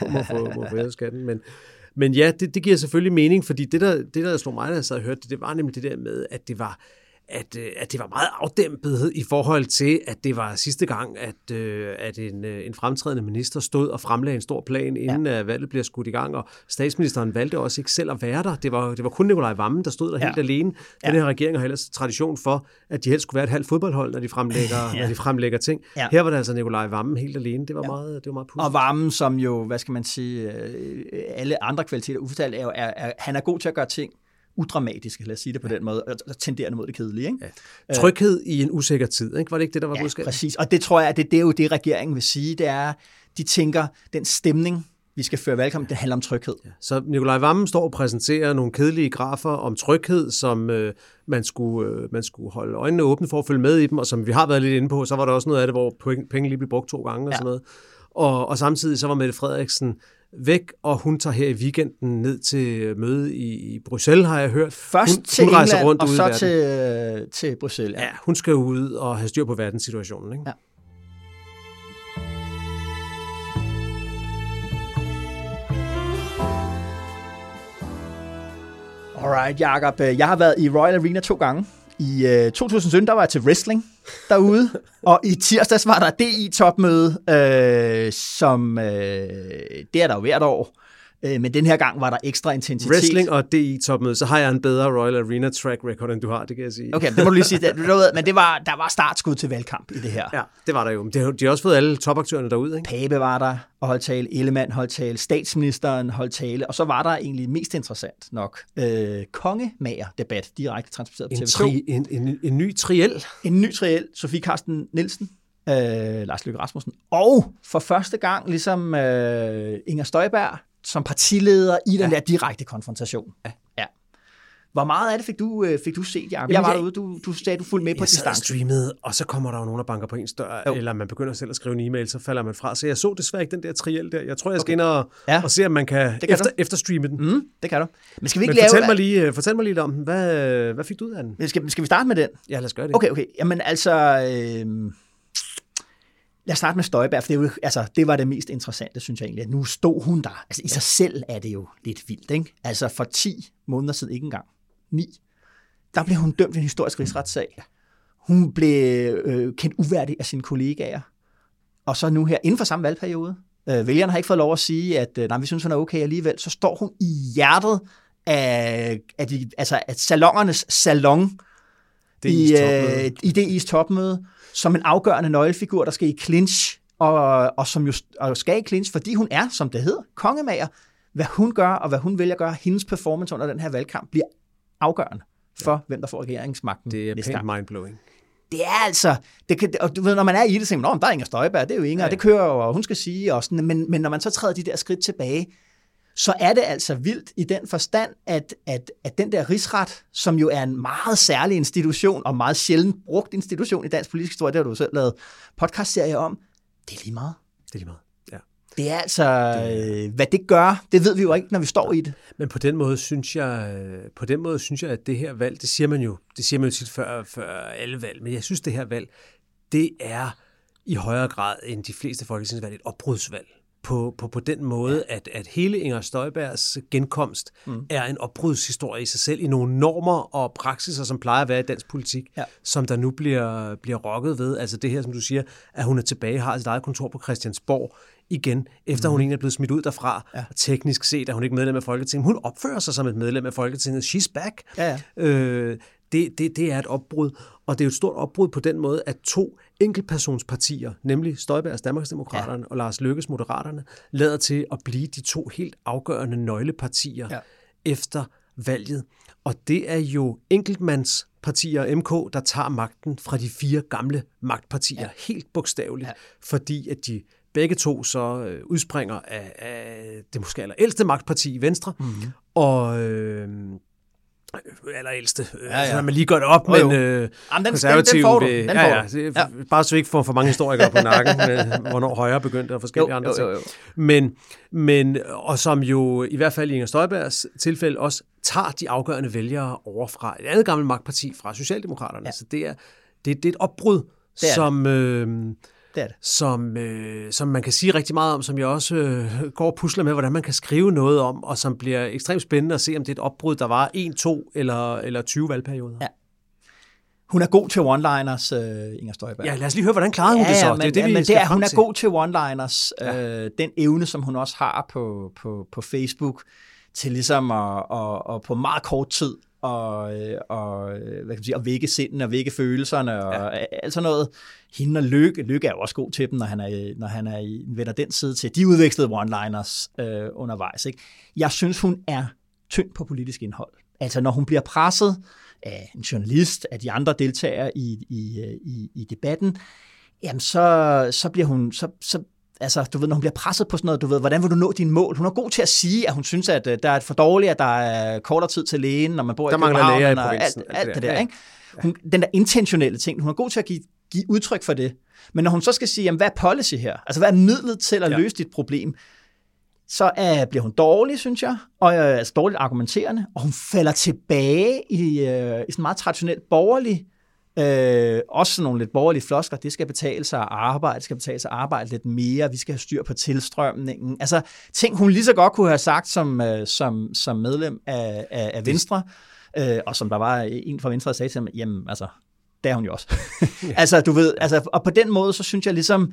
få hævet skatten. Men ja, det giver selvfølgelig mening, fordi det der slog mig, da jeg sad og hørte det var nemlig det der med, at det var meget afdæmpet i forhold til, at det var sidste gang, at en fremtrædende minister stod og fremlagde en stor plan, inden valget bliver skudt i gang, og statsministeren valgte også ikke selv at være der. Det var kun Nikolaj Wammen, der stod der helt alene. Den her regering har ellers tradition for, at de helst skulle være et halvt fodboldhold, når de fremlægger ting. Ja. Her var det altså Nikolaj Wammen helt alene. Det var meget pudsigt. Og Wammen, som jo, hvad skal man sige, alle andre kvaliteter ufortalt, han er god til at gøre ting udramatiske, lad os sige det på den måde, og tenderende mod det kedelige. Ikke? Ja. Tryghed i en usikker tid, ikke? Var det ikke det, der var budskabet? Præcis, og det tror jeg, at det er jo det, regeringen vil sige, det er, de tænker, den stemning, vi skal føre valgkamp, det handler om tryghed. Ja. Så Nikolaj Wammen står og præsenterer nogle kedelige grafer om tryghed, som man skulle holde øjnene åbne for at følge med i dem, og som vi har været lidt inde på, så var der også noget af det, hvor penge lige blev brugt 2 gange og sådan noget. Og samtidig så var Mette Frederiksen væk, og hun tager her i weekenden ned til møde i Bruxelles, har jeg hørt. Først til England, rundt og så til Bruxelles. Ja, hun skal ud og have styr på verdenssituationen. Ikke? Ja. Alright, Jacob. Jeg har været i Royal Arena 2 gange. I 2017, der var jeg til wrestling derude, og i tirsdags var der DI-topmøde, som det er der jo hvert år, men den her gang var der ekstra intensitet. Wrestling og DI-topmøde, så har jeg en bedre Royal Arena track record, end du har, det kan jeg sige. Okay, det må du lige sige, men der var startskud til valgkamp i det her. Ja, det var der jo. De har også fået alle topaktørerne derude, ikke? Pape var der og holdt tale, Ellemann holdt tale, statsministeren holdt tale, og så var der egentlig mest interessant nok kongemager-debat, direkte transporteret på TV2. En ny triel. En ny triel, Sofie Carsten Nielsen, Lars Løkke Rasmussen, og for første gang ligesom Inger Støjberg som partileder i den der direkte konfrontation. Ja. Hvor meget af det fik du set, Jacob? Jeg var derude, du sagde, du fulgte med på distance. Jeg streamede, og så kommer der jo nogen, der banker på ens dør, eller man begynder selv at skrive en e-mail, så falder man fra. Så jeg så desværre ikke den der triel der. Jeg tror, jeg skal ind og se, om man kan efterstreame den. Det kan du. Men skal vi ikke fortæl mig lige om den. Hvad fik du ud af den? Skal vi starte med den? Ja, lad os gøre det. Okay. Jamen altså... Lad os starte med Støjberg, for det var det mest interessante, synes jeg egentlig, at nu stod hun der. Altså i sig selv er det jo lidt vildt, ikke? Altså for 10 måneder siden, ikke engang 9, der blev hun dømt i en historisk rigsretssag. Hun blev kendt uværdig af sine kollegaer. Og så nu her, inden for samme valgperiode, vælgerne har ikke fået lov at sige, at vi synes, hun er okay alligevel, så står hun i hjertet af salongernes salon i DI's topmøde, som en afgørende nøglefigur, der skal i clinch, og som jo skal i clinch, fordi hun er, som det hedder, kongemager. Hvad hun gør, og hvad hun vælger at gøre, hendes performance under den her valgkamp, bliver afgørende for, hvem der får regeringsmagten. Det er pænt mindblowing. Det er altså, og du ved, når man er i det, så tænker man, der er Inger Støjberg, det er jo Inger, og det kører jo, og hun skal sige, og sådan, men når man så træder de der skridt tilbage, så er det altså vildt i den forstand, at den der rigsret, som jo er en meget særlig institution, og meget sjældent brugt institution i dansk politisk historie, det har du selv lavet podcastserie om, det er lige meget. Det er lige meget, ja. Det er altså, hvad det gør, det ved vi jo ikke, når vi står i det. Men på den måde synes jeg, at det her valg, det siger man jo tit før alle valg, men jeg synes, det her valg, det er i højere grad end de fleste folketingsvalg et opbrudsvalg. På den måde, at hele Inger Støjbergs genkomst er en opbrudshistorie i sig selv, i nogle normer og praksiser, som plejer at være i dansk politik, som der nu bliver rokket ved. Altså det her, som du siger, at hun er tilbage, har sit eget kontor på Christiansborg, igen, efter hun egentlig er blevet smidt ud derfra. Ja. Teknisk set er hun ikke medlem af Folketinget. Hun opfører sig som et medlem af Folketinget. She's back. Ja. Det er et opbrud, og det er jo et stort opbrud på den måde, at 2 enkeltpersonspartier, nemlig Støjbergs Danmarksdemokraterne og Lars Løkkes Moderaterne, lader til at blive de 2 helt afgørende nøglepartier efter valget. Og det er jo enkeltmandspartier, MK, der tager magten fra de 4 gamle magtpartier, helt bogstaveligt, fordi at de begge 2 så udspringer af det måske allerældste magtparti, Venstre, og allerældste, så man lige gør det op, men konservative bare så ikke får for mange historikere på nakken, med, hvornår Højre begyndte og forskellige andre ting. Men, og som jo i hvert fald i Inger Støjbergs tilfælde også tager de afgørende vælgere over fra et andet gammelt magtparti, fra Socialdemokraterne. Så det er et opbrud, som man kan sige rigtig meget om, som jeg også går og pusler med, hvordan man kan skrive noget om, og som bliver ekstremt spændende at se, om det er et opbrud, der var 1, 2 eller 20 valgperioder. Ja. Hun er god til one-liners, Inger Støjberg. Ja, lad os lige høre, hvordan klarede hun det så? Hun er god til one-liners. Ja. Den evne, som hun også har på Facebook, til ligesom at på meget kort tid og hvad kan man sige, at vække sindene og vække følelserne og alt sådan noget. Hende og Løkke er jo også god til dem, når han vender den side til. De udvekslede one-liners undervejs. Ikke? Jeg synes, hun er tynd på politisk indhold. Altså, når hun bliver presset af en journalist, af de andre deltagere i debatten, jamen så bliver hun... Altså, du ved, når hun bliver presset på sådan noget, du ved, hvordan vil du nå dine mål? Hun er god til at sige, at hun synes, at der er for dårligt, at der er kortere tid til lægen, når man bor i København, og alt det der, ikke? Den der intentionelle ting, hun er god til at give udtryk for det. Men når hun så skal sige, jamen, hvad er policy her? Altså, hvad er midlet til at løse dit problem? Så bliver hun dårlig, synes jeg, og altså dårligt argumenterende, og hun falder tilbage i sådan meget traditionelt borgerlig, også nogle lidt borgerlige flosker, det skal betale sig at arbejde, lidt mere, vi skal have styr på tilstrømningen. Altså ting, hun lige så godt kunne have sagt som medlem af Venstre, og som der var en fra Venstre, der sagde til ham, jamen altså, det er hun jo også. Altså du ved, altså, og på den måde, så synes jeg ligesom,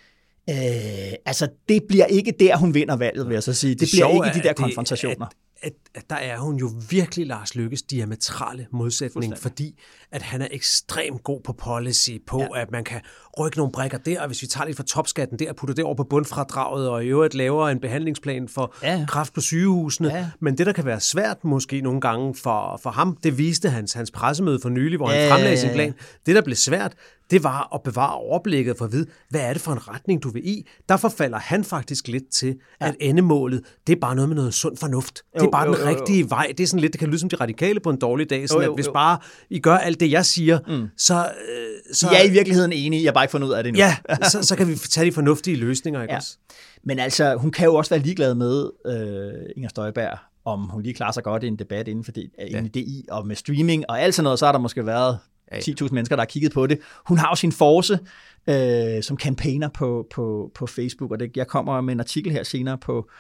altså det bliver ikke der, hun vinder valget, vil jeg så sige. Det bliver ikke de der konfrontationer. At der er hun jo virkelig Lars Løkkes diametrale modsætning, fordi at han er ekstremt god på policy, på at man kan rykke nogle brikker der, og hvis vi tager lidt fra topskatten der, putter det over på bundfradraget, og i øvrigt laver en behandlingsplan for kræft på sygehusene. Ja. Men det, der kan være svært måske nogle gange for ham, det viste hans pressemøde for nylig, hvor han fremlagde sin plan. Det, der blev svært, det var at bevare overblikket for at vide, hvad er det for en retning, du vil i? Derfor falder han faktisk lidt til, at endemålet, det er bare noget med noget sund fornuft. Det er bare den rigtige vej. Det er sådan lidt, det kan lyde som de radikale på en dårlig dag, sådan at hvis bare I gør alt det, jeg siger, så... Jeg er i virkeligheden enig, jeg har bare ikke fundet ud af det nu. Ja, så kan vi tage de fornuftige løsninger, ikke også? Men altså, hun kan jo også være ligeglad med Inger Støjberg, om hun lige klarer sig godt i en debat inden for DI, og med streaming og alt sådan noget, så har der måske været 10.000 mennesker, der har kigget på det. Hun har jo sin force som campaigner på Facebook, og jeg kommer med en artikel her senere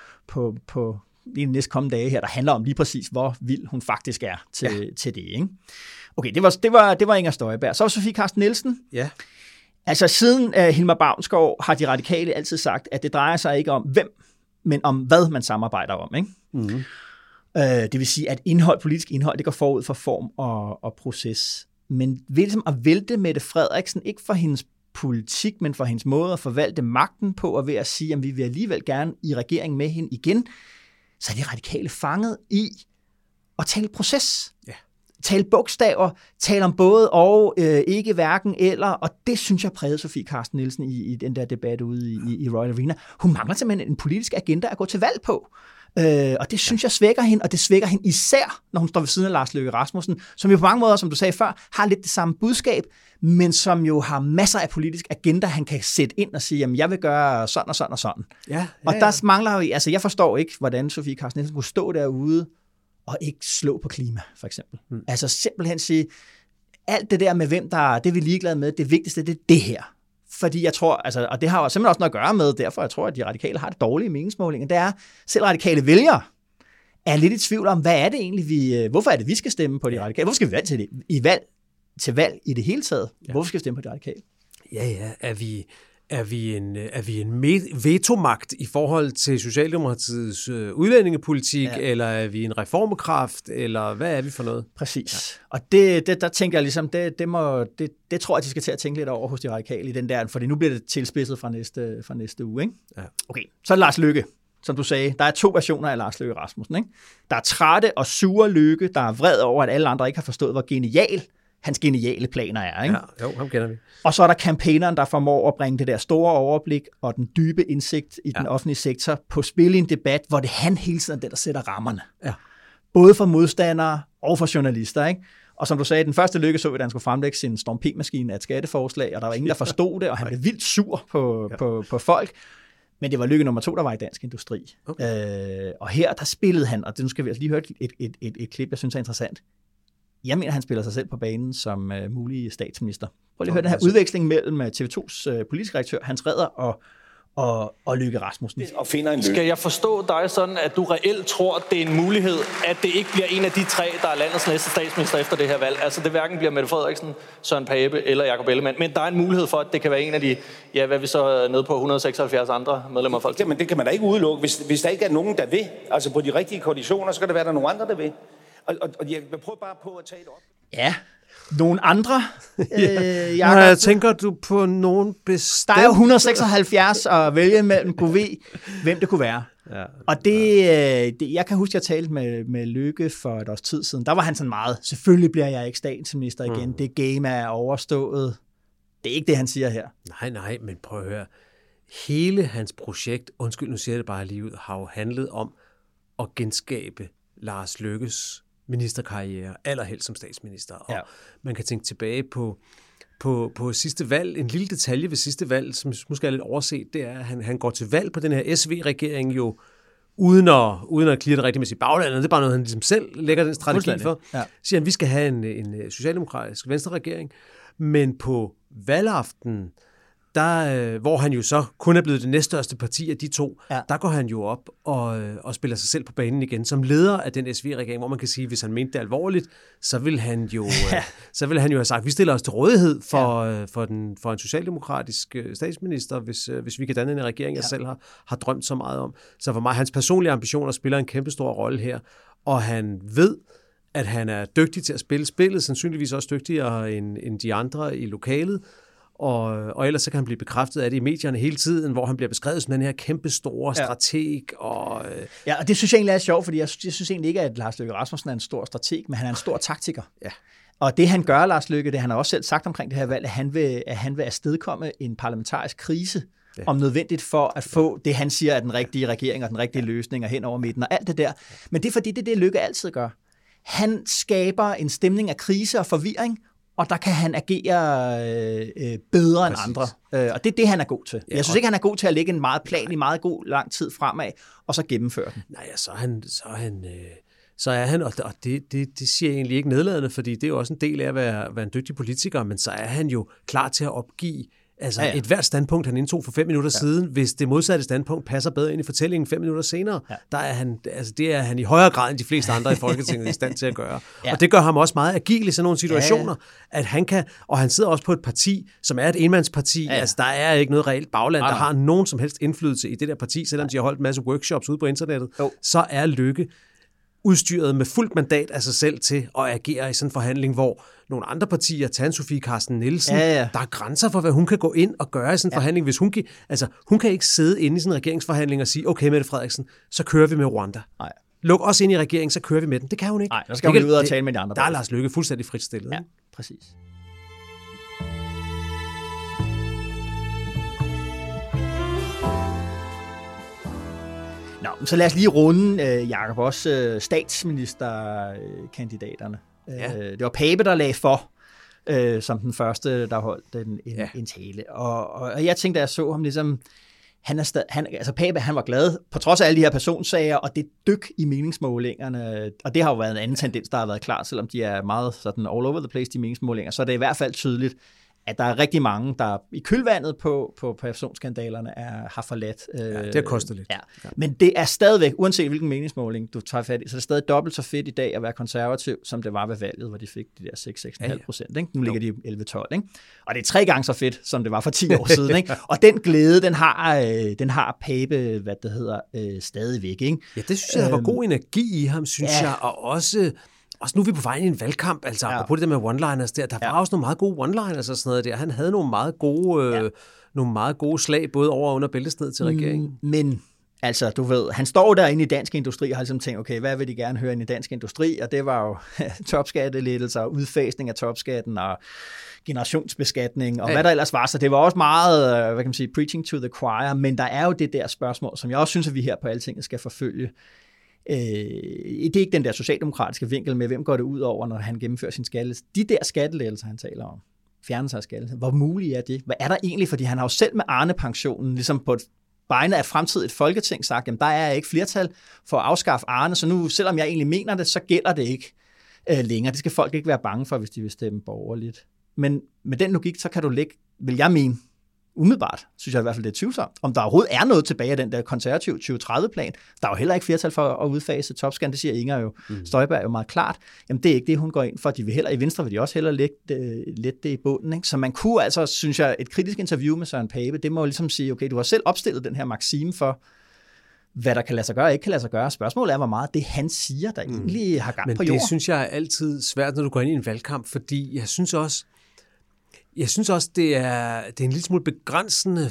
på de næste kommende dage her, der handler om lige præcis, hvor vild hun faktisk er til det. Ikke? Okay, det var Inger Støjberg. Så var Sofie Carsten Nielsen. Ja. Altså siden Hilmar Bavnsgaard har de radikale altid sagt, at det drejer sig ikke om hvem, men om hvad man samarbejder om. Ikke? Mm-hmm. Det vil sige, at politisk indhold, det går forud for form og proces. Men ligesom at vælte Mette Frederiksen, ikke for hendes politik, men for hendes måde at forvalte magten på, og ved at sige, at vi vil alligevel gerne i regeringen med hende igen, så er de radikale fanget i at tale proces. Ja. Tale bogstaver, tale om både og, ikke hverken eller, og det synes jeg prægede Sofie Carsten Nielsen i den der debat ude i Royal Arena. Hun mangler simpelthen en politisk agenda at gå til valg på. Og det synes jeg svækker hende, og det svækker hende især, når hun står ved siden af Lars Løkke Rasmussen, som jo på mange måder, som du sagde før, har lidt det samme budskab, men som jo har masser af politisk agenda, han kan sætte ind og sige, jamen jeg vil gøre sådan og sådan og sådan. Og der mangler jo, altså jeg forstår ikke, hvordan Sofie Carsten Nielsen kunne stå derude og ikke slå på klima, for eksempel. Altså simpelthen sige, alt det der med hvem der er, det er vi ligeglade med, det vigtigste, det er det her. Fordi jeg tror, altså, og det har jo simpelthen også noget at gøre med, derfor jeg tror, at de radikale har det dårlige meningsmålinger, det er, selv radikale vælgere er lidt i tvivl om, hvad er det egentlig, hvorfor er det, vi skal stemme på de radikale? Hvorfor skal vi valg til det? Til valg i det hele taget? Hvorfor skal vi stemme på de radikale? Ja, Er vi en vetomagt i forhold til Socialdemokratiets udlændingepolitik, eller er vi en reformkraft, eller hvad er vi for noget? Præcis. Ja. Og der tænker jeg ligesom, det tror jeg, de skal til at tænke lidt over hos de radikale i den der, fordi nu bliver det tilspidset fra næste uge, ikke? Ja. Okay, så Lars Løkke. Som du sagde, der er 2 versioner af Lars Løkke Rasmussen, ikke? Der er trætte og sure Løkke, der er vred over, at alle andre ikke har forstået, hvor genial hans geniale planer er, ikke? Ja, jo, ham kender vi. Og så er der campaigneren, der formår at bringe det der store overblik og den dybe indsigt i den offentlige sektor på spil i en debat, hvor det han hele tiden er den, der sætter rammerne. Ja. Både for modstandere og for journalister, ikke? Og som du sagde, den første Løkke så vi, da han skulle fremlægge sin Storm P-maskine af et skatteforslag, og der var ingen, der forstod det, og han blev vildt sur på folk. Men det var Løkke nummer 2, der var i Dansk Industri. Okay. Og her, der spillede han, og det nu skal vi altså lige høre et klip, jeg synes er interessant. Jeg mener, han spiller sig selv på banen som mulig statsminister. Prøv lige at høre den her udveksling mellem TV2's politiske redaktør, Hans Redder, og Løkke Rasmussen. Og finder en Skal jeg forstå dig sådan, at du reelt tror, at det er en mulighed, at det ikke bliver en af de 3, der er landets næste statsminister efter det her valg? Altså det hverken bliver Mette Frederiksen, Søren Pape eller Jakob Ellemann, men der er en mulighed for, at det kan være en af de, hvad vi så nede på 176 andre medlemmer af Folketinget. Men det kan man da ikke udelukke. Hvis der ikke er nogen, der vil, altså på de rigtige koalitioner, så kan det være, der er nogen andre, der vil. Og jeg prøver bare på at tage det op. Ja, nogle andre. Jeg tænker du på nogen bestemt? Der er jo 176 at vælge mellem, kunne ved, hvem det kunne være. Ja, og det, jeg kan huske, jeg talte med Løkke for et års tid siden. Der var han sådan meget, selvfølgelig bliver jeg ikke statsminister igen. Det game er overstået. Det er ikke det, han siger her. Nej, men prøv at høre. Hele hans projekt, undskyld, nu siger jeg det bare lige ud, har jo handlet om at genskabe Lars Løkkes ministerkarriere, allerhelst som statsminister. Og man kan tænke tilbage på sidste valg. En lille detalje ved sidste valg, som måske er lidt overset, det er, at han går til valg på den her SV-regering jo, uden at klire det rigtigt med sit bagland. Det er bare noget, han ligesom selv lægger den strategi for. Ja. Siger han, vi skal have en socialdemokratisk venstreregering, men på valgaften, der, hvor han jo så kun er blevet det næststørste parti af de 2, der går han jo op og spiller sig selv på banen igen som leder af den SV-regering, hvor man kan sige, hvis han mente det alvorligt, så vil han jo have sagt, vi stiller os til rådighed for en socialdemokratisk statsminister, hvis vi kan danne en regering, jeg selv har drømt så meget om. Så for mig, hans personlige ambitioner spiller en kæmpestor rolle her, og han ved, at han er dygtig til at spille spillet, sandsynligvis også dygtigere end de andre i lokalet, og ellers så kan han blive bekræftet af det i medierne hele tiden, hvor han bliver beskrevet som den her kæmpe store strateg. Og det synes jeg egentlig er sjovt, fordi jeg synes egentlig ikke, at Lars Løkke Rasmussen er en stor strateg, men han er en stor taktiker. Ja. Og det han gør, Lars Løkke, det han har også selv sagt omkring det her valg, at han vil afstedkomme en parlamentarisk krise, om nødvendigt for at få det, han siger er den rigtige regering og den rigtige løsning og hen over midten og alt det der. Men det er fordi, det er det, Løkke altid gør. Han skaber en stemning af krise og forvirring, og der kan han agere bedre end andre. Og det er det, han er god til. Jeg synes ikke, han er god til at lægge en meget plan i meget god lang tid fremad, og så gennemføre den. Nej, så er han, og det siger jeg egentlig ikke nedladende, fordi det er jo også en del af at være en dygtig politiker, men så er han jo klar til at opgive et hvert standpunkt, han indtog for 5 minutter siden, hvis det modsatte standpunkt passer bedre ind i fortællingen 5 minutter senere, der er han, det er han i højere grad end de fleste andre i Folketinget i stand til at gøre. Og det gør ham også meget agil i sådan nogle situationer, at han kan, og han sidder også på et parti, som er et enmandsparti, altså der er ikke noget reelt bagland, der har nogen som helst indflydelse i det der parti, selvom de har holdt en masse workshops ude på internettet, så er Løkke udstyret med fuldt mandat af sig selv til at agere i sådan en forhandling, hvor nogle andre partier, Anne-Sophie Carsten Nielsen, der er grænser for, hvad hun kan gå ind og gøre i sådan en forhandling. Hvis hun kan ikke sidde inde i sådan en regeringsforhandling og sige, okay, Mette Frederiksen, så kører vi med Rwanda. Nej. Luk os ind i regeringen, så kører vi med den. Det kan hun ikke. Nej, så skal hun ud og tale med de andre. Der er Lars Løkke fuldstændig frit stillet. Ja, præcis. Nå, så lad os lige runde, Jakob, også statsministerkandidaterne. Det var Pape, der lagde for, som den første, der holdt en tale. Og jeg tænkte, da jeg så ham ligesom, Pape, han var glad, på trods af alle de her personsager, og det dyk i meningsmålingerne, og det har jo været en anden tendens, der har været klar, selvom de er meget sådan all over the place, de meningsmålinger, så er det i hvert fald tydeligt, at der er rigtig mange, der i kølvandet på personskandalerne har forladt. Det har kostet lidt. Ja. Men det er stadigvæk, uanset hvilken meningsmåling du tager fat i, så er det stadig dobbelt så fedt i dag at være konservativ, som det var ved valget, hvor de fik de der 6,5%. Ikke? Nu ligger de 11-12. Ikke? Og det er 3 gange så fedt, som det var for 10 år siden. Ikke? Og den glæde, den har Pape, stadigvæk. Ikke? Ja, det synes jeg, der var god energi i ham, synes jeg, og også nu er vi på vej i en valgkamp, altså apropos det der med one-liners der var også nogle meget gode one-liners og sådan noget der. Han havde nogle meget gode slag, både over og under bæltestedet til regeringen. Men altså, du ved, han står derinde i Dansk Industri og har ligesom tænkt, okay, hvad vil de gerne høre ind i Dansk Industri? Og det var jo topskattelettelser, udfasning af topskatten og generationsbeskatning og hvad der ellers var. Så det var også meget, preaching to the choir. Men der er jo det der spørgsmål, som jeg også synes, at vi her på Altinget skal forfølge. Det er ikke den der socialdemokratiske vinkel med, hvem går det ud over, når han gennemfører sin skattelettelser. De der skattelettelser, han taler om, fjernelse af skattelettelser, hvor muligt er det? Hvad er der egentlig? Fordi han har jo selv med Arne-pensionen, ligesom på vegne af fremtidigt folketing, sagt, jamen der er ikke flertal for at afskaffe Arne, så nu, selvom jeg egentlig mener det, så gælder det ikke længere. Det skal folk ikke være bange for, hvis de vil stemme borgerligt. Men med den logik, så kan du lægge, vil jeg mene, umiddelbart, synes jeg i hvert fald, det er tvivlsomt. Om der overhovedet er noget tilbage af den der konservative 2030-plan. Der er jo heller ikke flertal for at udfase topskatten, det siger Inger jo. Støjberg jo meget klart. Jamen det er ikke det, hun går ind for. De vil heller, i Venstre vil de også hellere lægge det i bunden. Ikke? Så man kunne altså, synes jeg, et kritisk interview med Søren Pape, det må jo ligesom sige, okay, du har selv opstillet den her maksime for, hvad der kan lade sig gøre og ikke kan lade sig gøre. Spørgsmålet er, hvor meget det han siger, der egentlig har gang på jorden. Men det synes jeg er altid svært, når du går ind i en valgkamp, fordi jeg synes også, det er en lille smule begrænsende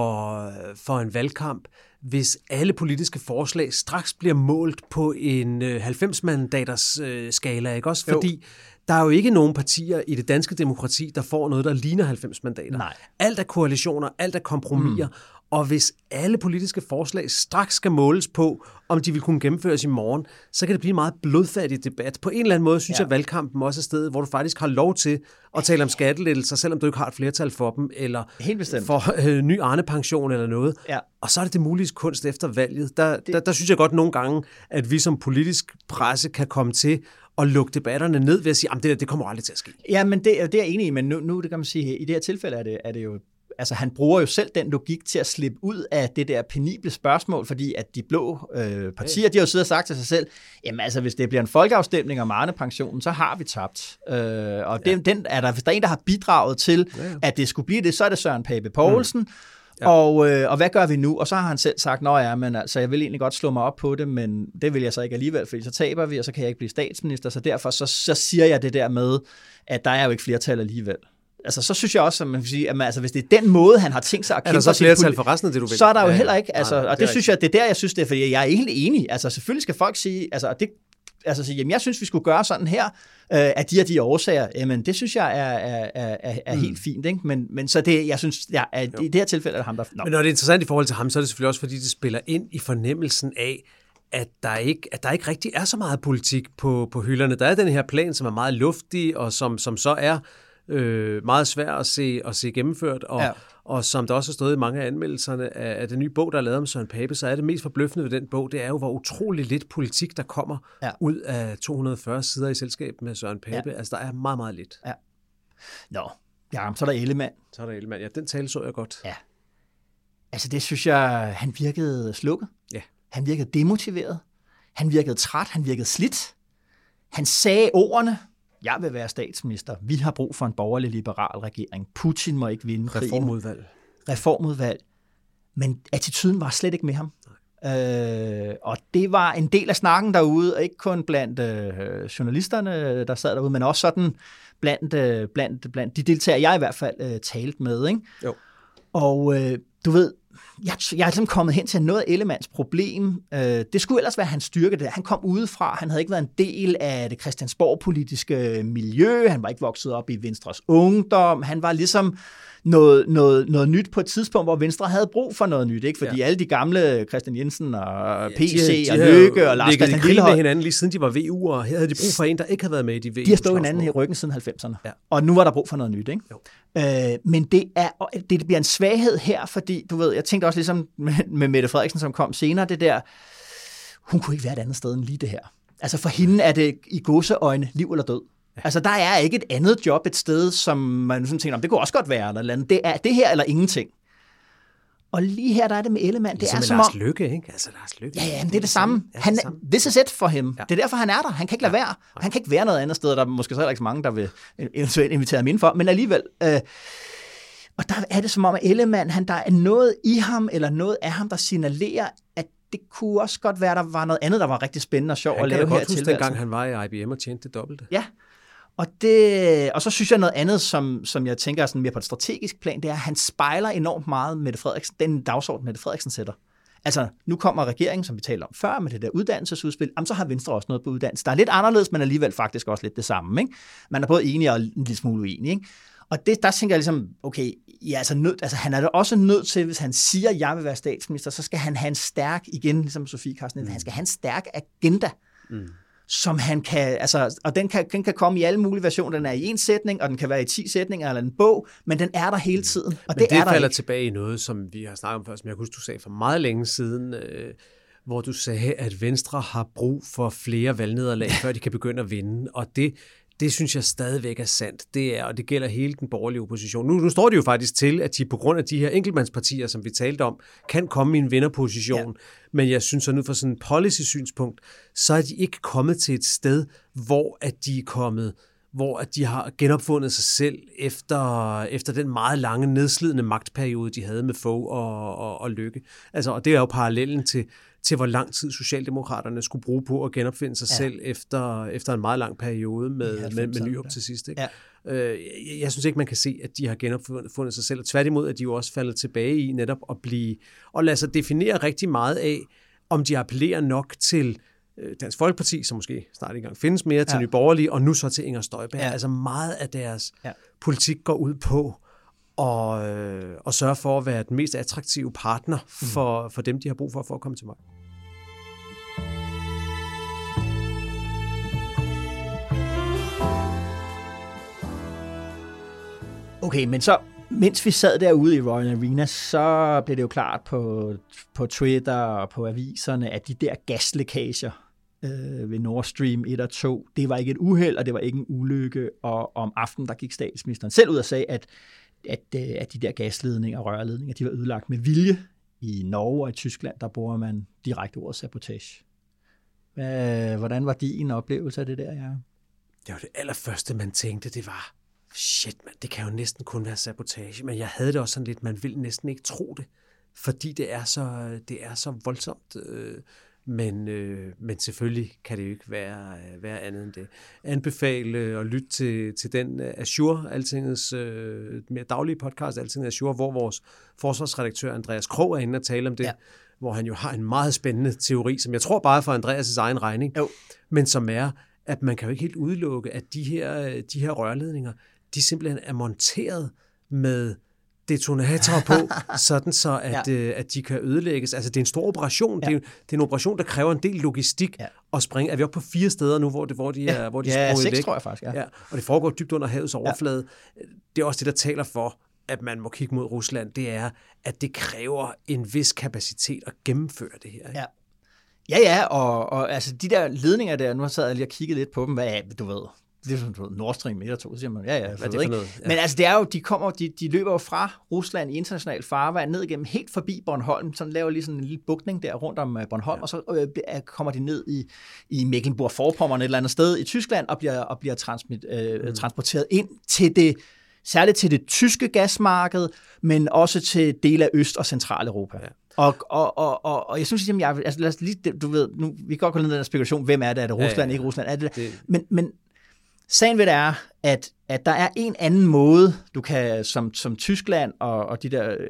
for en valgkamp, hvis alle politiske forslag straks bliver målt på en 90-mandaters skala, ikke også? Fordi der er jo ikke nogen partier i det danske demokrati, der får noget, der ligner 90 mandater. Nej. Alt er koalitioner, alt er kompromiser, og hvis alle politiske forslag straks skal måles på, om de vil kunne gennemføres i morgen, så kan det blive en meget blodfattig debat. På en eller anden måde synes jeg, at valgkampen også er et sted, hvor du faktisk har lov til at tale om skattelettelser, selvom du ikke har et flertal for dem, eller for ny Arne-pension eller noget. Ja. Og så er det mulige kunst efter valget. Der synes jeg godt nogle gange, at vi som politisk presse kan komme til at lukke debatterne ned ved at sige, at det kommer aldrig til at ske. Ja, men det er jeg enig i, men nu det kan man sige, i det her tilfælde er det jo, altså han bruger jo selv den logik til at slippe ud af det der penible spørgsmål, fordi at de blå partier, de har jo siddet og sagt til sig selv, jamen altså hvis det bliver en folkeafstemning om Arne-pensionen, så har vi tabt. Den er der, hvis der er en, der har bidraget til, at det skulle blive det, så er det Søren Pape Poulsen. Ja. Og hvad gør vi nu? Og så har han selv sagt, men altså, jeg vil egentlig godt slå mig op på det, men det vil jeg så ikke alligevel, fordi så taber vi, og så kan jeg ikke blive statsminister, så derfor så siger jeg det der med, at der er jo ikke flertal alligevel. Altså, så synes jeg også, at man kan sige, at altså, hvis det er den måde, han har tænkt sig at kæmpe for flertal for resten af det, du vil? Så er der jo heller ikke. Altså, og det synes jeg, det er der, jeg synes det er, fordi jeg er egentlig enig. Altså, selvfølgelig skal folk sige, jamen, jeg synes, vi skulle gøre sådan her, af de årsager. Jamen, det synes jeg er helt fint, ikke? Men så det, jeg synes, at i det her tilfælde er det ham, der... Men når det er interessant i forhold til ham, så er det selvfølgelig også, fordi det spiller ind i fornemmelsen af, at der ikke rigtig er så meget politik på hylderne. Der er den her plan, som er meget luftig, og som så er meget svær at se gennemført, og som der også har stået i mange af anmeldelserne af den nye bog, der er lavet om Søren Pape, så er det mest forbløffende ved den bog, det er jo, hvor utrolig lidt politik, der kommer ud af 240 sider i selskab med Søren Pape. Altså, der er meget, meget lidt. Ja. Så er der Ellemann. Ja, den tale så jeg godt. Ja. Altså, det synes jeg, han virkede slukket. Ja. Han virkede demotiveret. Han virkede træt. Han virkede slidt. Han sagde ordene, jeg vil være statsminister. Vi har brug for en borgerlig-liberal regering. Putin må ikke vinde krigen. Reformudvalg. Men attituden var slet ikke med ham. Og det var en del af snakken derude, og ikke kun blandt journalisterne, der sad derude, men også sådan blandt de deltagere, jeg i hvert fald talte med. Ikke? Jo. Og du ved, jeg er ligesom kommet hen til noget af Ellemanns problem. Det skulle ellers være hans styrke. Det. Han kom udefra. Han havde ikke været en del af det Christiansborg-politiske miljø. Han var ikke vokset op i Venstres ungdom. Han var ligesom noget nyt på et tidspunkt, hvor Venstre havde brug for noget nyt. Ikke? Fordi alle de gamle Christian Jensen og PC og Løkke og Lars Christian Lillehold... med hinanden lige siden de var VU'er, og her havde de brug for en, der ikke havde været med i de VU. De har stået hinanden i ryggen siden 90'erne. Ja. Og nu var der brug for noget nyt. Ikke? Men det bliver en svaghed her, fordi du ved, jeg tænkte også ligesom med Mette Frederiksen, som kom senere, det der, hun kunne ikke være et andet sted end lige det her. Altså for hende er det i godseøjne liv eller død. Altså, der er ikke et andet job et sted, som man sådan tænker, det kunne også godt være, eller andet. Det er det her eller ingenting. Og lige her, der er det med Ellemann. Ligesom det er som Lars Løkke, ikke? Altså, Lars Løkke. Ja, det er det samme. This is it for him. Ja. Det er derfor, han er der. Han kan ikke lade være. Han kan ikke være noget andet sted. Der er måske så heller ikke så mange, der vil eventuelt invitere ham indenfor. Men alligevel. Og der er det som om, at Ellemann, der er noget i ham, eller noget af ham, der signalerer, at det kunne også godt være, der var noget andet, der var rigtig spændende og sjovt at lave her i tilværelsen. Han kan godt huske, dengang han var i IBM og tjente det dobbelte. Ja. Og så synes jeg noget andet, som jeg tænker er sådan mere på et strategisk plan, det er, at han spejler enormt meget Mette Frederiksen, den dagsorden, Mette Frederiksen sætter. Altså, nu kommer regeringen, som vi talte om før, med det der uddannelsesudspil. Så har Venstre også noget på uddannelse. Der er lidt anderledes, men alligevel faktisk også lidt det samme. Ikke? Man er både enig og en lille smule uenig. Ikke? Og der tænker jeg ligesom, okay, han er da også nødt til, hvis han siger, at jeg vil være statsminister, så skal han have en stærk, igen ligesom Sofie Carsten, han skal have en stærk agenda. Som han kan, og den kan komme i alle mulige versioner. Den er i en sætning, og den kan være i 10 sætninger eller en bog, men den er der hele tiden. Og men det er der falder ikke tilbage i noget, som vi har snakket om før, som jeg husker, du sagde for meget længe siden, hvor du sagde, at Venstre har brug for flere valgnederlag, før de kan begynde at vinde. Og det synes jeg stadigvæk er sandt. Og det gælder hele den borgerlige opposition. Nu står det jo faktisk til, at de på grund af de her enkeltmandspartier, som vi talte om, kan komme i en vinderposition. Ja. Men jeg synes, at nu fra sådan en policy-synspunkt, så er de ikke kommet til et sted, hvor de har genopfundet sig selv efter den meget lange, nedslidende magtperiode, de havde med Fogh og Løkke. Altså, og det er jo parallellen til hvor lang tid Socialdemokraterne skulle bruge på at genopfinde sig selv efter en meget lang periode med Nyrup til sidst. Ikke? Ja. Jeg synes ikke, man kan se, at de har genopfundet sig selv, og tværtimod er de jo også faldet tilbage i netop at lade sig definere rigtig meget af, om de appellerer nok til Dansk Folkeparti, som måske snart ikke engang findes mere, til Nye Borgerlige, og nu så til Inger Støjberg. Ja. Altså meget af deres politik går ud på og sørge for at være den mest attraktive partner for dem, de har brug for at komme til mig. Okay, men så mens vi sad derude i Royal Arena, så blev det jo klart på Twitter og på aviserne, at de der gaslækager ved Nord Stream 1 og 2, det var ikke et uheld, og det var ikke en ulykke, og om aftenen, der gik statsministeren selv ud og sagde, at de der gasledninger og rørledninger, de var ødelagt med vilje. I Norge og i Tyskland, der bruger man direkte ordet sabotage. Hvordan var din oplevelse af det der, Jacob? Det var det allerførste, man tænkte, det var, shit, man, det kan jo næsten kun være sabotage, men jeg havde det også sådan lidt, man vil næsten ikke tro det, fordi det er så voldsomt, men selvfølgelig kan det jo ikke være andet end det. Anbefale at lytte til den Azure, Altingets mere daglige podcast, Altinget Azure, hvor vores forsvarsredaktør Andreas Krog er inde og tale om det, hvor han jo har en meget spændende teori, som jeg tror bare for Andreas' egen regning, men som er, at man kan jo ikke helt udelukke, at de her rørledninger, de simpelthen er monteret med detonatorer på, sådan så at de kan ødelægges. Altså det er en stor operation. Det er en operation, der kræver en del logistik at springe. Er vi oppe på 4 steder nu, hvor de er sprunget væk? 6 tror jeg faktisk. Ja. Og det foregår dybt under havets overflade. Det er også det, der taler for, at man må kigge mod Rusland. Det er, at det kræver en vis kapacitet at gennemføre det her. Ikke? Ja, og altså de der ledninger der, nu har jeg lige kigget lidt på dem, hvad er, du ved, det er sådan Nord Stream 1 og 2, så siger man, hvad er det for noget? Ja. Men altså det er jo, de løber jo fra Rusland i international farvand ned igennem helt forbi Bornholm, så laver lige sådan en lille bugning der rundt om Bornholm, og så kommer de ned i Mecklenburg-Vorpommern et eller andet sted i Tyskland og bliver transporteret ind til særligt til det tyske gasmarked, men også til dele af Øst- og Centraleuropa. Ja. Og jeg synes, lad os lige, du ved, nu, vi kan godt gå ned i den spekulation, hvem er det? Er det Rusland, ikke Rusland? Er det? Men sagen ved det er, at der er en anden måde, du kan, som Tyskland og de der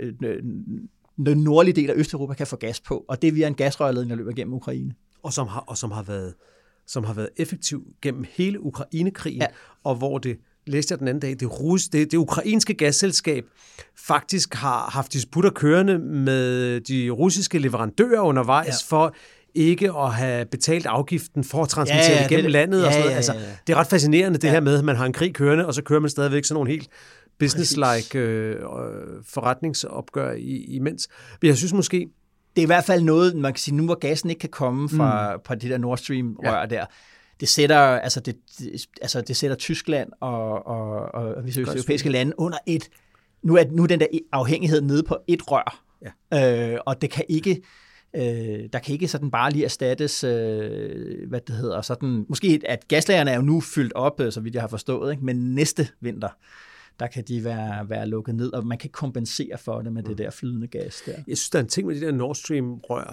den nordlige del af Østeuropa kan få gas på, og det er via en gasrørledning, der løber gennem Ukraine. Og som har været effektiv gennem hele Ukrainekrigen, og hvor det læste jeg den anden dag, det ukrainske gasselskab faktisk har haft disputter kørende med de russiske leverandører undervejs for ikke at have betalt afgiften for at transportere det gennem landet. Og sådan noget. Altså, det er ret fascinerende det her med, at man har en krig kørende, og så kører man stadigvæk sådan nogle helt business-like forretningsopgør imens. Men jeg synes måske, det er i hvert fald noget, man kan sige, nu hvor gassen ikke kan komme fra det der Nord Stream-rør der, det sætter Tyskland og visse europæiske lande under et. Nu er den der afhængighed nede på et rør, og det kan ikke. Der kan ikke sådan bare lige erstattes, sådan, måske at gaslagerne er jo nu fyldt op, så vidt jeg har forstået, ikke? Men næste vinter, der kan de være lukket ned, og man kan kompensere for det med det der flydende gas der. Jeg synes, der er en ting med de der Nord Stream-rør,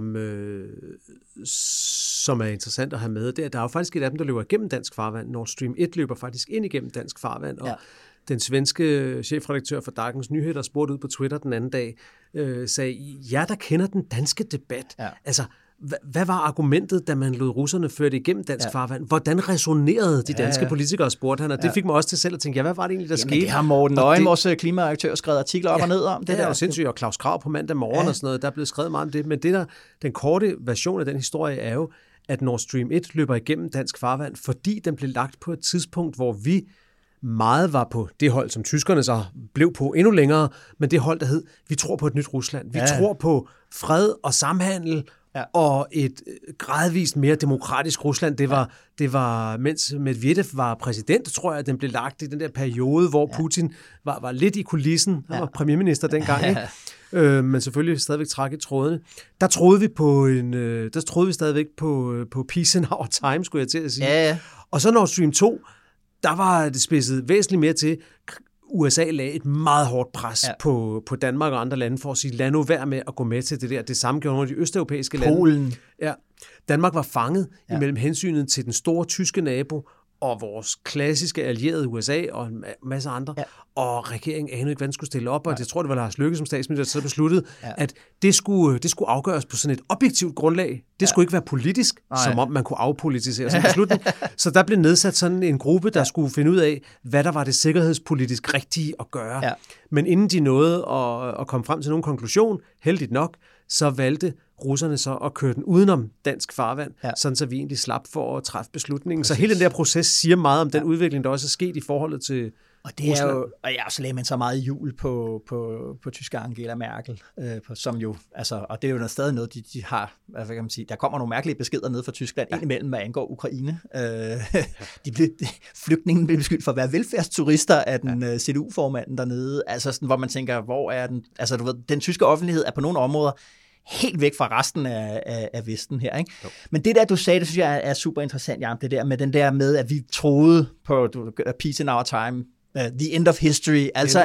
som er interessant at have med. Der er jo faktisk et af dem, der løber igennem dansk farvand. Nord Stream 1 løber faktisk ind igennem dansk farvand, og den svenske chefredaktør for Dagens Nyheder spurgte ud på Twitter den anden dag, sagde, der kender den danske debat. Ja. Altså, hvad var argumentet, da man lod russerne føre det igennem dansk farvand? Hvordan resonerede de danske politikere, spurgte han, og det fik mig også til selv at tænke, hvad var det egentlig, der skete? Det har Morten Øjen, vores klimaredaktør, skrevet artikler op og ned om. Det er jo sindssygt, og Claus Krav på mandag morgen og sådan noget, der er blevet skrevet meget om det, men den korte version af den historie er jo, at Nord Stream 1 løber igennem dansk farvand, fordi den blev lagt på et tidspunkt, hvor vi meget var på det hold, som tyskerne så blev på endnu længere, men det hold, der hed, vi tror på et nyt Rusland. Vi tror på fred og samhandel og et gradvist mere demokratisk Rusland. Det var, mens Medvedev var præsident, tror jeg, at den blev lagt i den der periode, hvor Putin var lidt i kulissen. Han var premierminister dengang, ikke? Men selvfølgelig stadigvæk træk i trådene. Der troede vi stadigvæk på peace in our time, skulle jeg til at sige. Ja. Og så Nord Stream 2, der var det spidset væsentligt mere til. USA lagde et meget hårdt pres på Danmark og andre lande for at sige, lad nu være med at gå med til det der. Det samme gjorde nogle af de østeuropæiske lande. Polen. Ja. Danmark var fanget imellem hensynet til den store tyske nabo og vores klassiske allierede USA og en masse andre, og regeringen anede ikke, hvad den skulle stille op, og jeg tror, det var Lars Løkke som statsminister, der så besluttede, at det skulle afgøres på sådan et objektivt grundlag. Det skulle ikke være politisk, som om man kunne afpolitisere sådan en beslutning. Så der blev nedsat sådan en gruppe, der skulle finde ud af, hvad der var det sikkerhedspolitisk rigtige at gøre. Ja. Men inden de nåede at komme frem til nogen konklusion, heldigt nok, så valgte russerne så at køre den udenom dansk farvand, sådan så vi egentlig slap for at træffe beslutningen. Præcis. Så hele den der proces siger meget om den udvikling, der også er sket i forholdet til og det Rusland. Er jo, og så lagde man så meget jul på tyske Angela Merkel, som jo, altså, og det er jo stadig noget, de har, hvad kan man sige, der kommer nogle mærkelige beskeder ned fra Tyskland, indimellem, hvad angår Ukraine. Flygtningen blev beskyldt for at være velfærdsturister af den CDU-formanden dernede, altså sådan, hvor man tænker, hvor er den, altså du ved, den tyske offentlighed er på nogle områder helt væk fra resten af Vesten her, ikke? Jo. Men det der, du sagde, det synes jeg er super interessant, Jan, det der med den der med, at vi troede på peace in our time, the end of history, altså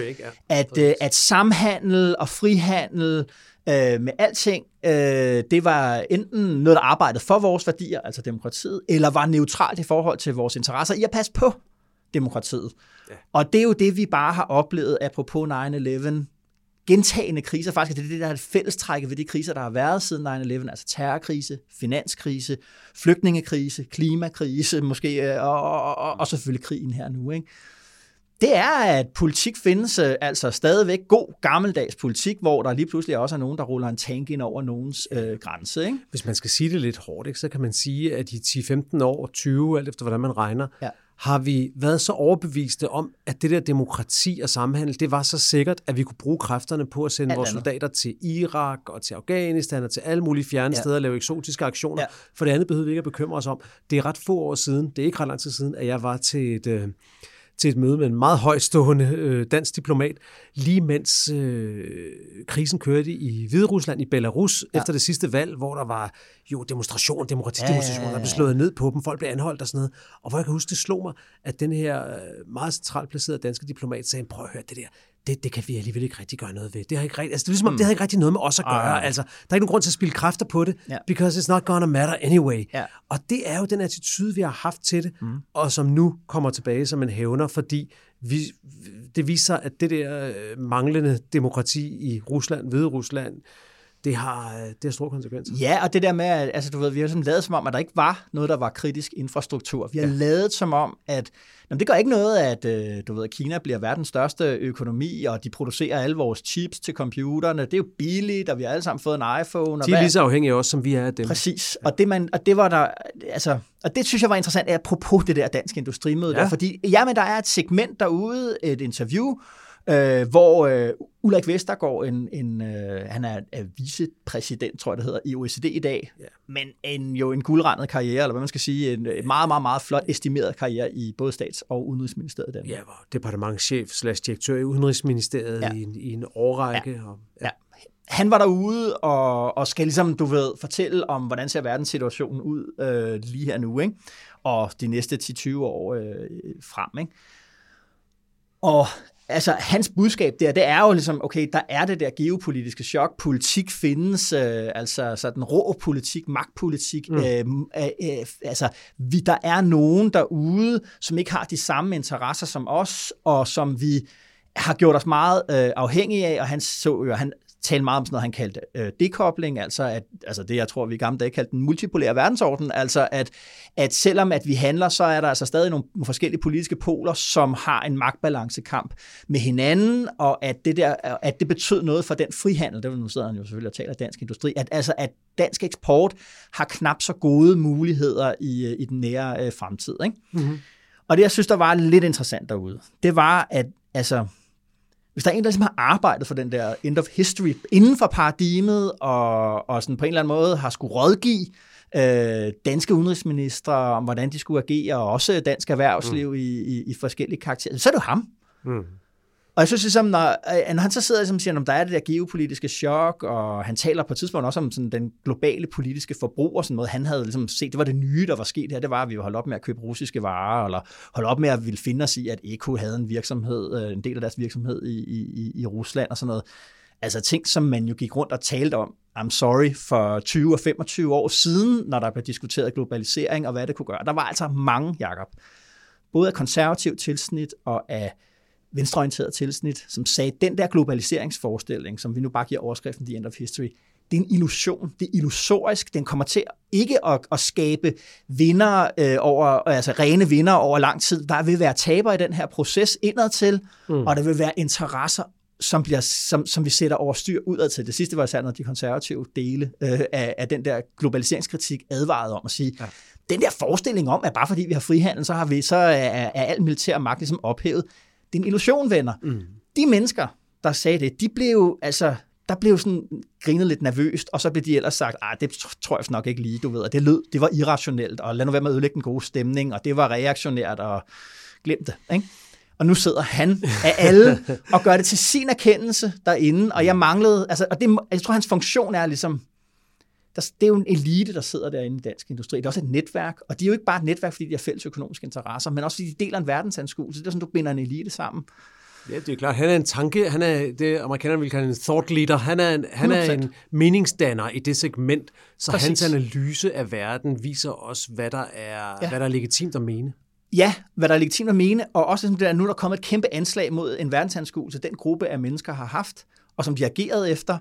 at samhandel og frihandel med alting, det var enten noget, der arbejdede for vores værdier, altså demokratiet, eller var neutralt i forhold til vores interesser i at passe på demokratiet. Ja. Og det er jo det, vi bare har oplevet apropos 9/11, gentagende kriser, faktisk det er det, der er et fællestræk ved de kriser, der har været siden 9/11, altså terrorkrise, finanskrise, flygtningekrise, klimakrise måske, og selvfølgelig krigen her nu, ikke? Det er, at politik findes altså stadigvæk god gammeldags politik, hvor der lige pludselig også er nogen, der ruller en tank ind over nogens grænse, ikke? Hvis man skal sige det lidt hårdt, ikke, så kan man sige, at i 10-15 år, 20, alt efter hvordan man regner, har vi været så overbeviste om, at det der demokrati og samhandel, det var så sikkert, at vi kunne bruge kræfterne på at sende vores soldater til Irak og til Afghanistan og til alle mulige fjerne steder og lave eksotiske aktioner. For det andet behøvede vi ikke at bekymre os om. Det er ret få år siden, det er ikke ret lang tid siden, at jeg var til et møde med en meget højtstående dansk diplomat, lige mens krisen kørte i Hviderusland, i Belarus, efter det sidste valg, hvor der var jo demokratidemonstrationer, der blev slået ned på dem, folk blev anholdt og sådan noget. Og hvor jeg kan huske, det slog mig, at den her meget centralt placerede danske diplomat sagde, prøv at høre det der, det kan vi alligevel ikke rigtig gøre noget ved. Det har ikke rigtig, altså, det er ligesom, det har ikke rigtig noget med os at gøre. Altså, der er ikke nogen grund til at spille kræfter på det, because it's not gonna matter anyway. Og det er jo den attitude, vi har haft til det, og som nu kommer tilbage som en hævner, fordi det viser, at det der manglende demokrati i Rusland, Hviderusland, det har store konsekvenser. Ja, og det der med, altså du ved, vi har sådan lavet som om, at der ikke var noget, der var kritisk infrastruktur. Vi har lavet som om, at det gør ikke noget, at du ved, Kina bliver verdens største økonomi, og de producerer alle vores chips til computerne. Det er jo billigt, og vi har alle sammen fået en iPhone. De er lige så afhængige af os, som vi er af dem. Præcis. Ja. Og det var der, altså, og det synes jeg var interessant, apropos det der danske industrimøde der, fordi men der er et segment derude, et interview, hvor Ulrik Vestergaard, han er vicepræsident, tror jeg det hedder, i OECD i dag, men en guldrandet karriere, eller hvad man skal sige, en meget, meget, meget flot estimeret karriere i både Stats- og Udenrigsministeriet. Ja, var departementschef/direktør i Udenrigsministeriet i en årrække. Ja. Han var derude og skal ligesom, du ved, fortælle om, hvordan ser verdenssituationen ud lige her nu, ikke? Og de næste 10-20 år frem, ikke? Og altså, hans budskab der, det er jo ligesom, okay, der er det der geopolitiske chok, politik findes, altså sådan rå politik, magtpolitik, altså, der er nogen derude, som ikke har de samme interesser som os, og som vi har gjort os meget afhængige af, og han talte meget om sådan noget, han kaldte dekobling, altså det, jeg tror, vi i gamle dage kaldte den multipolære verdensorden, altså at selvom at vi handler, så er der altså stadig nogle forskellige politiske poler, som har en magtbalancekamp med hinanden, og at det betød noget for den frihandel, det nu sidder han jo selvfølgelig og taler dansk industri, at dansk eksport har knap så gode muligheder i den nære fremtid, ikke? Mm-hmm. Og det, jeg synes, der var lidt interessant derude, det var, at altså, hvis der er en, der ligesom har arbejdet for den der end of history inden for paradigmet, og sådan på en eller anden måde har skulle rådgive danske udenrigsministre om, hvordan de skulle agere, og også dansk erhvervsliv i forskellige karakterer, så er det jo ham. Mm. Og jeg synes ligesom, når han så sidder og siger, om der er det der geopolitiske chok, og han taler på et tidspunkt også om sådan den globale politiske forbrug og sådan noget, han havde ligesom set, det var det nye, der var sket her, det var, at vi ville holde op med at købe russiske varer, eller holde op med at ville finde os i, at Eko havde en virksomhed, en del af deres virksomhed i Rusland og sådan noget. Altså ting, som man jo gik rundt og talte om, I'm sorry, for 20 og 25 år siden, når der blev diskuteret globalisering og hvad det kunne gøre. Der var altså mange, Jakob, både af konservativ tilsnit og af venstreorienteret tilsnit, som sagde, den der globaliseringsforestilling, som vi nu bare giver overskriften The End of History, det er en illusion, det er illusorisk, den kommer til ikke at skabe vinder altså rene vinder over lang tid. Der vil være tabere i den her proces indadtil, og der vil være interesser, som vi sætter over styr udad til. Det sidste var især, når de konservative dele af den der globaliseringskritik advarede om at sige, den der forestilling om, at bare fordi vi har frihandel, så er al militær magt ligesom ophævet. Det er en illusion, venner. Mm. De mennesker, der sagde det, der blev sådan grinet lidt nervøst, og så blev de ellers sagt, det tror jeg nok ikke lige, du ved, og det var irrationelt, og lad nu være med at ødelægge den gode stemning, og det var reaktionært, og glem det, ikke? Og nu sidder han af alle og gør det til sin erkendelse derinde, og jeg manglede, jeg tror, hans funktion er ligesom, det er jo en elite, der sidder derinde i dansk industri. Det er også et netværk, og de er jo ikke bare et netværk, fordi de har fælles økonomiske interesser, men også fordi de deler en verdensanskuelse. Det er sådan, du binder en elite sammen. Ja, det er klart. Han er en tanke, han er det, amerikanerne vil kalde en thought leader. Han er en meningsdanner i det segment, så præcis. Hans analyse af verden viser os, hvad der er legitimt at mene. Ja, hvad der er legitimt at mene, og også sådan det der, nu er der kommet et kæmpe anslag mod en verdensanskuelse, den gruppe af mennesker har haft, og som de har ageret efter,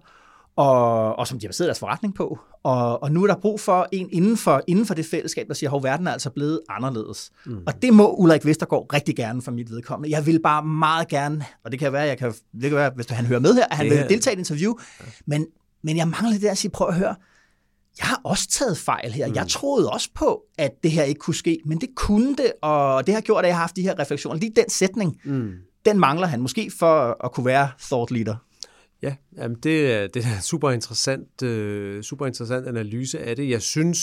og som de har baseret deres forretning på. Og nu er der brug for en inden for det fællesskab, der siger, at verden er altså blevet anderledes. Mm. Og det må Ulrik Vestergaard rigtig gerne for mit vedkommende. Jeg vil bare meget gerne, og det kan være, hvis han hører med her, at han vil deltage i et interview, men jeg mangler det der at sige, prøv at høre, jeg har også taget fejl her. Jeg troede også på, at det her ikke kunne ske, men det kunne det, og det har gjort, at jeg har haft de her refleksioner. Lige den sætning, den mangler han måske for at kunne være thought leader. Ja, jamen det er super interessant analyse af det.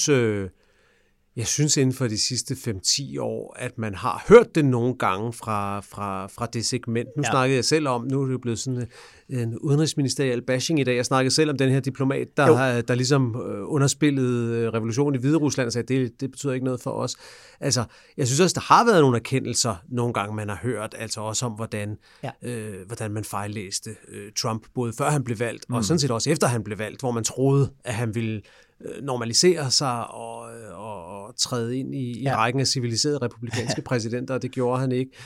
Jeg synes inden for de sidste 5-10 år, at man har hørt det nogle gange fra det segment. Nu snakkede jeg selv om, nu er det jo blevet sådan en udenrigsministeriel bashing i dag. Jeg snakkede selv om den her diplomat, der ligesom underspillede revolutionen i Hviderusland og sagde, det betyder ikke noget for os. Altså, jeg synes også, der har været nogle erkendelser nogle gange, man har hørt, altså også om, hvordan man fejllæste Trump, både før han blev valgt, og sådan set også efter han blev valgt, hvor man troede, at han ville normalisere sig og træde ind i rækken af civiliserede republikanske præsidenter, og det gjorde han ikke.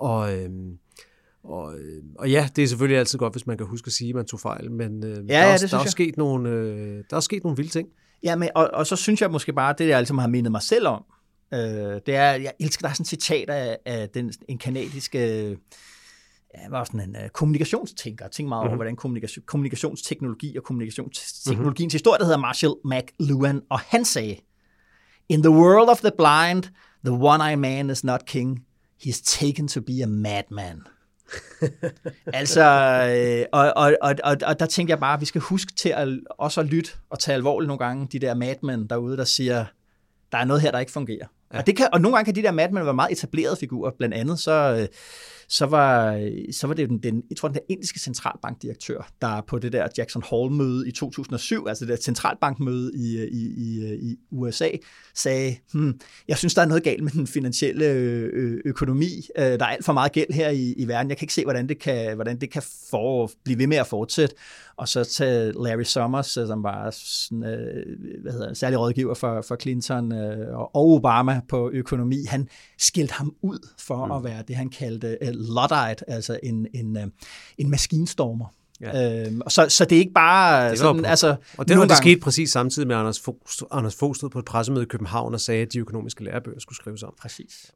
Og ja, det er selvfølgelig altid godt, hvis man kan huske at sige, at man tog fejl, men der er sket nogle vilde ting. Ja, men, og så synes jeg måske bare, det jeg altså har mindet mig selv om, det er, jeg elsker, der er sådan et citat af en kanadiske var sådan en kommunikationstænker, tænkte meget over, hvordan kommunikationsteknologi og kommunikationsteknologiens historie, der hedder Marshall McLuhan, og han sagde, in the world of the blind, the one-eyed man is not king, he is taken to be a madman. Altså, og der tænker jeg bare, at vi skal huske til også at lytte og tage alvorligt nogle gange de der madmen derude, der siger, der er noget her, der ikke fungerer. Ja. Og nogle gange kan de der madmen være meget etablerede figurer. Blandt andet så var det jeg tror, den indiske centralbankdirektør, der på det der Jackson Hole-møde i 2007, altså det der centralbankmøde i USA, sagde, jeg synes, der er noget galt med den finansielle økonomi. Der er alt for meget gæld her i verden. Jeg kan ikke se, hvordan det kan blive ved med at fortsætte. Og så til Larry Summers, som var sådan, særlig rådgiver for Clinton og Obama på økonomi, han skilte ham ud for at være det, han kaldte Luddite, altså en maskinstormer. Ja. Så det er ikke bare det sådan, altså... Og det skete præcis samtidig med Anders Fogh stod på et pressemøde i København og sagde, at de økonomiske lærebøger skulle skrives om. Præcis.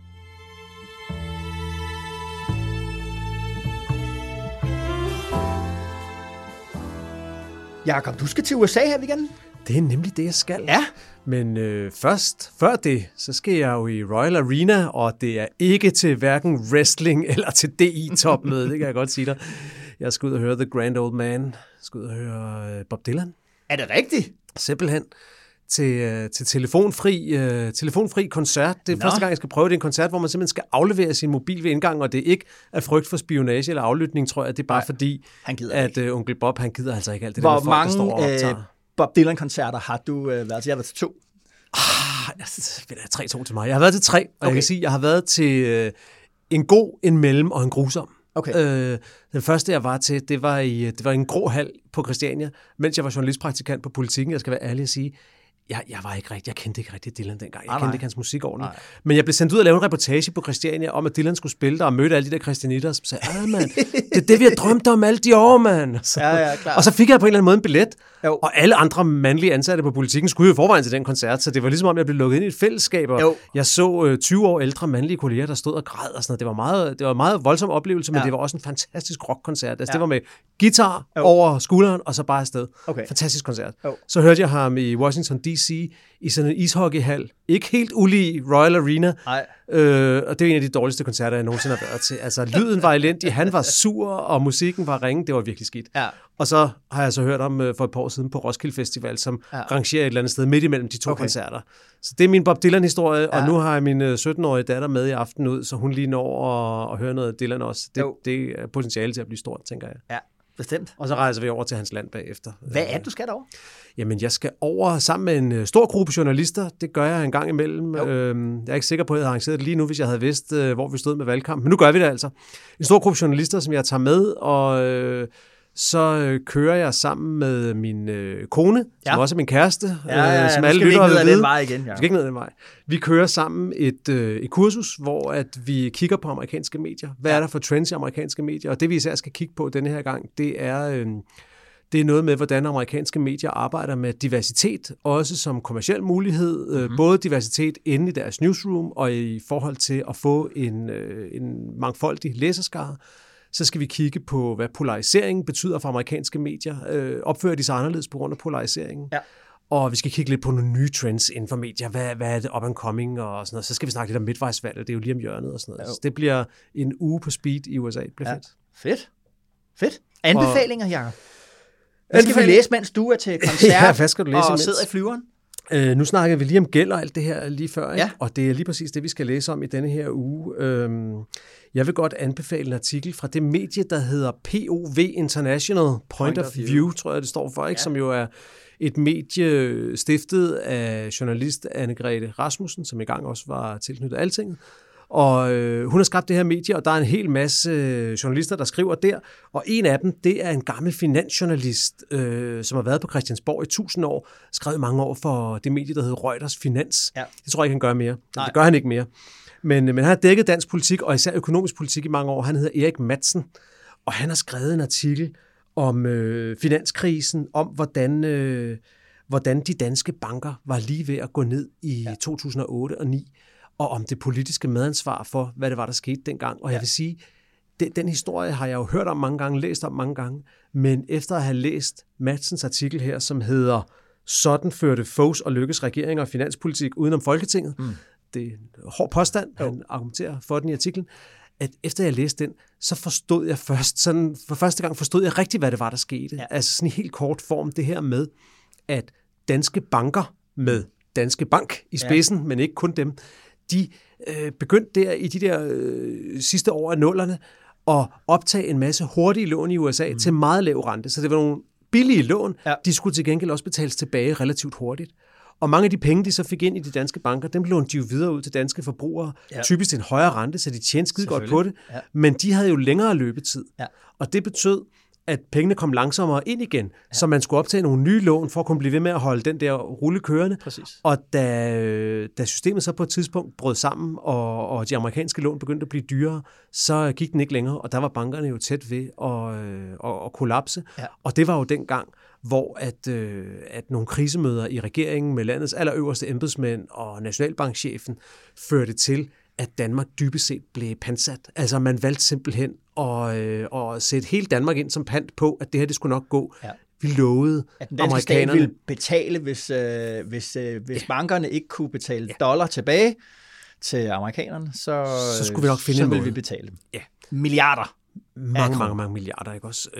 Jakob, du skal til USA her igen. Det er nemlig det, jeg skal. Ja. Men før det, så skal jeg jo i Royal Arena, og det er ikke til hverken wrestling eller til DI-topmøde, det kan jeg godt sige dig. Jeg skal ud og høre The Grand Old Man, jeg skal ud og høre Bob Dylan. Er det rigtigt? Simpelthen. Til telefonfri koncert. Det er første gang, jeg skal prøve det. En koncert, hvor man simpelthen skal aflevere sin mobil ved indgangen, og det er ikke af frygt for spionage eller aflytning, tror jeg. Det er bare fordi, at onkel Bob, han gider altså ikke alt det der med folk, der står og optager. Bob Dylan-koncerter har du været til? Jeg har været til 2. 3-2 til mig. Jeg har været til 3, og jeg kan sige, jeg har været til en god, en mellem og en grusom. Okay. Den første, jeg var til, det var i en grå hal på Christiania, mens jeg var journalistpraktikant på Politikken. Jeg skal være ærlig at sige, jeg kendte ikke rigtig Dylan dengang. Jeg kendte ikke hans musik ordentligt. Men jeg blev sendt ud og lave en reportage på Christiania om, at Dylan skulle spille der, og mødte alle de der christianitter, som sagde, mand, det er det, vi har drømt om alle de år, mand. Og så fik jeg på en eller anden måde en billet, og alle andre mandlige ansatte på Politikken skulle jo i forvejen til den koncert, så det var ligesom om, jeg blev lukket ind i et fællesskab, og jeg så 20 år ældre mandlige kolleger, der stod og græd og sådan noget. Det var en meget voldsom oplevelse, men det var også en fantastisk rockkoncert. Altså, det var med guitar over skulderen, og så bare afsted. Okay. Fantastisk koncert. Så hørte jeg ham i Washington D.C. i sådan en ishockeyhal. Ikke helt ulig Royal Arena. Og det er en af de dårligste koncerter, jeg nogensinde har været til. Altså, lyden var elendig, han var sur, og musikken var ringe. Det var virkelig skidt. Ja. Og så har jeg så hørt om for et par år siden på Roskilde Festival, som rangerer et eller andet sted midt imellem de to koncerter. Så det er min Bob Dylan-historie, og nu har jeg min 17-årige datter med i aften ud, så hun lige når at høre noget Dylan også. Det er potentiale til at blive stort, tænker jeg. Ja. Bestemt. Og så rejser vi over til hans land bagefter. Hvad er det, du skal derover? Jamen, jeg skal over sammen med en stor gruppe journalister. Det gør jeg en gang imellem. Jeg er ikke sikker på, at jeg havde arrangeret det lige nu, hvis jeg havde vidst, hvor vi stod med valgkamp. Men nu gør vi det altså. En stor gruppe journalister, som jeg tager med, og så kører jeg sammen med min kone, som også er min kæreste, som alle lytter ved. Vi skal ikke ned ad den vej. Vi kører sammen et kursus, hvor at vi kigger på amerikanske medier. Hvad er der for trends i amerikanske medier? Og det vi især skal kigge på denne her gang, det er noget med, hvordan amerikanske medier arbejder med diversitet, også som kommerciel mulighed. Både diversitet inde i deres newsroom, og i forhold til at få en mangfoldig læserskare. Så skal vi kigge på, hvad polarisering betyder for amerikanske medier. Opfører de sig anderledes på grund af polariseringen? Ja. Og vi skal kigge lidt på nogle nye trends inden for medier. Hvad er det up and coming og sådan noget. Så skal vi snakke lidt om midtvejsvalget. Det er jo lige om hjørnet og sådan noget. Så det bliver en uge på speed i USA. Det bliver fedt. Fedt. Anbefalinger, Jacob? Hvad skal vi læse, mens du er til koncert hvad skal du læse og sidder i flyveren? Nu snakkede vi lige om gæld og alt det her lige før, ikke? Og det er lige præcis det, vi skal læse om i denne her uge. Jeg vil godt anbefale en artikel fra det medie, der hedder POV International, Point of View, tror jeg, det står for, ikke? Som jo er et medie stiftet af journalist Anne-Grethe Rasmussen, som engang også var tilknyttet Altinget. Og hun har skabt det her medie, og der er en hel masse journalister, der skriver der. Og en af dem, det er en gammel finansjournalist, som har været på Christiansborg i 1000 år, skrevet mange år for det medie, der hedder Reuters Finans. Ja. Det tror jeg ikke, han gør mere. Det gør han ikke mere. Men han har dækket dansk politik, og især økonomisk politik i mange år. Han hedder Erik Madsen, og han har skrevet en artikel om finanskrisen, om hvordan de danske banker var lige ved at gå ned i 2008 og 2009. Og om det politiske medansvar for, hvad det var, der skete dengang. Og jeg vil sige, den historie har jeg jo hørt om mange gange, læst om mange gange, men efter at have læst Madsens artikel her, som hedder "Sådan førte Foghs og Løkkes regeringer og finanspolitik udenom Folketinget", det er en hård påstand, han argumenterer for den i artiklen, at efter jeg læste den, så forstod jeg for første gang forstod jeg rigtigt, hvad det var, der skete. Ja. Altså sådan i helt kort form, det her med, at danske banker med Danske Bank i spidsen, men ikke kun dem, de begyndte der i de der sidste år af nullerne at optage en masse hurtige lån i USA til meget lav rente. Så det var nogle billige lån, de skulle til gengæld også betales tilbage relativt hurtigt. Og mange af de penge, de så fik ind i de danske banker, dem lånte de jo videre ud til danske forbrugere, typisk til en højere rente, så de tjente skide godt på det. Ja. Men de havde jo længere løbetid. Ja. Og det betød, at pengene kom langsommere ind igen, så man skulle optage nogle nye lån for at kunne blive ved med at holde den der rulle kørende. Præcis. Og da systemet så på et tidspunkt brød sammen, og de amerikanske lån begyndte at blive dyrere, så gik den ikke længere, og der var bankerne jo tæt ved at kollapse. Ja. Og det var jo dengang, hvor at nogle krisemøder i regeringen med landets allerøverste embedsmænd og nationalbankchefen førte til, at Danmark dybest set blev pansat. Altså man valgte simpelthen at sætte hele Danmark ind som pant på, at det her det skulle nok gå. Ja. Vi lovede at den danske stat ville betale, hvis bankerne ikke kunne betale dollar tilbage til amerikanerne, så skulle vi nok finde så ville vi betale dem. Ja. Milliarder. Mange milliarder, ikke også?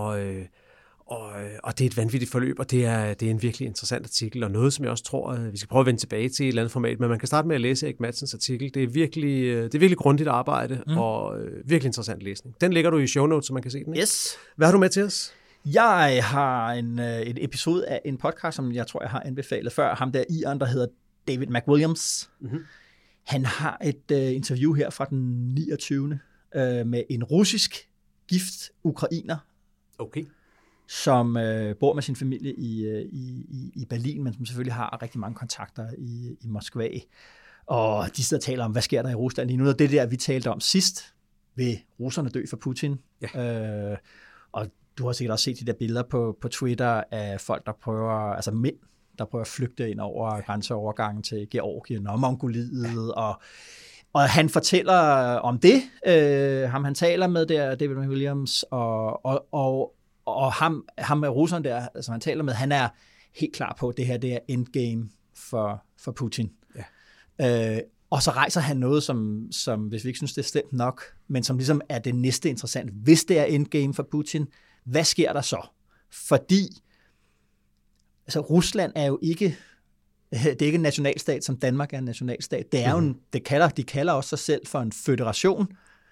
Og det er et vanvittigt forløb, og det er en virkelig interessant artikel, og noget, som jeg også tror, vi skal prøve at vende tilbage til i et eller andet format, men man kan starte med at læse Erik Madsens artikel. Det er virkelig grundigt arbejde, og virkelig interessant læsning. Den lægger du i show notes, så man kan se den. Ikke? Yes. Hvad har du med til os? Jeg har et episode af en podcast, som jeg tror, jeg har anbefalet før. Ham der der hedder David McWilliams. Mm-hmm. Han har et interview her fra den 29. Med en russisk gift ukrainer. Okay. Som bor med sin familie i Berlin, men som selvfølgelig har rigtig mange kontakter i Moskva. Og de sidder og taler om, hvad sker der i Rusland lige nu. Og det der, vi talte om sidst, vil russerne dø for Putin. Ja. Og du har sikkert også set de der billeder på Twitter af folk, der prøver, altså mænd, der prøver at flygte ind over grænseovergangen til Georgien og Mongoliet. Ja. Og han fortæller om det. Han taler med der, David Williams, og ham med russeren der, som han taler med, han er helt klar på, at det her det er endgame for Putin. Ja. Og så rejser han noget, som hvis vi ikke synes, det er slemt nok, men som ligesom er det næste interessant. Hvis det er endgame for Putin, hvad sker der så? Fordi altså, Rusland er jo ikke, det er ikke en nationalstat, som Danmark er en nationalstat. Det er jo de kalder også sig selv for en føderation.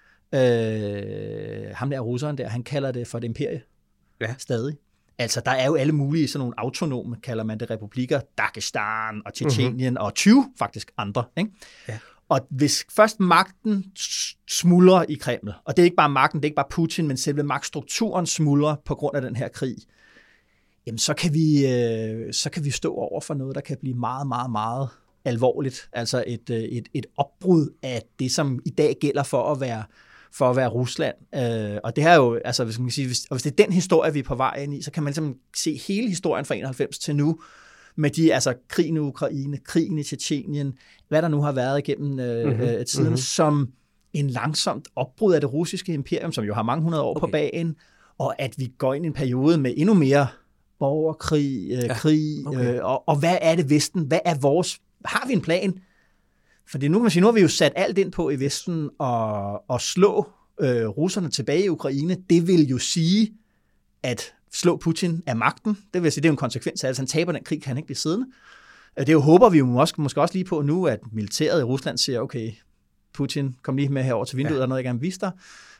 Ham der russeren der, han kalder det for et imperie. Ja. Stadig. Altså, der er jo alle mulige sådan nogle autonome, kalder man det, republikker, Dagestan og Tjetjenien og 20 faktisk andre. Ikke? Ja. Og hvis først magten smuldrer i Kreml, og det er ikke bare magten, det er ikke bare Putin, men selve magtstrukturen smuldrer på grund af den her krig, jamen så kan vi stå over for noget, der kan blive meget, meget, meget alvorligt. Altså et opbrud af det, som i dag gælder for at være Rusland. Og det her jo, altså hvis man kan sige, hvis det er den historie, vi er på vej ind i, så kan man ligesom se hele historien fra 91 til nu, med de, altså krigen i Ukraine, krigen i Tjetjenien, hvad der nu har været igennem tiden, som en langsomt opbrud af det russiske imperium, som jo har mange hundrede år på bagen, og at vi går ind i en periode med endnu mere borgerkrig, krig, og hvad er det Vesten? Hvad er vores? Har vi en plan? Fordi nu har vi jo sat alt ind på i Vesten og slå russerne tilbage i Ukraine. Det vil jo sige, at slå Putin af magten. Det vil sige, det er jo en konsekvens af, at han taber den krig, kan han ikke blive siddende. Det jo håber vi jo måske også lige på nu, at militæret i Rusland siger, okay, Putin, kom lige med herover til vinduet, der er noget, jeg gerne vil vise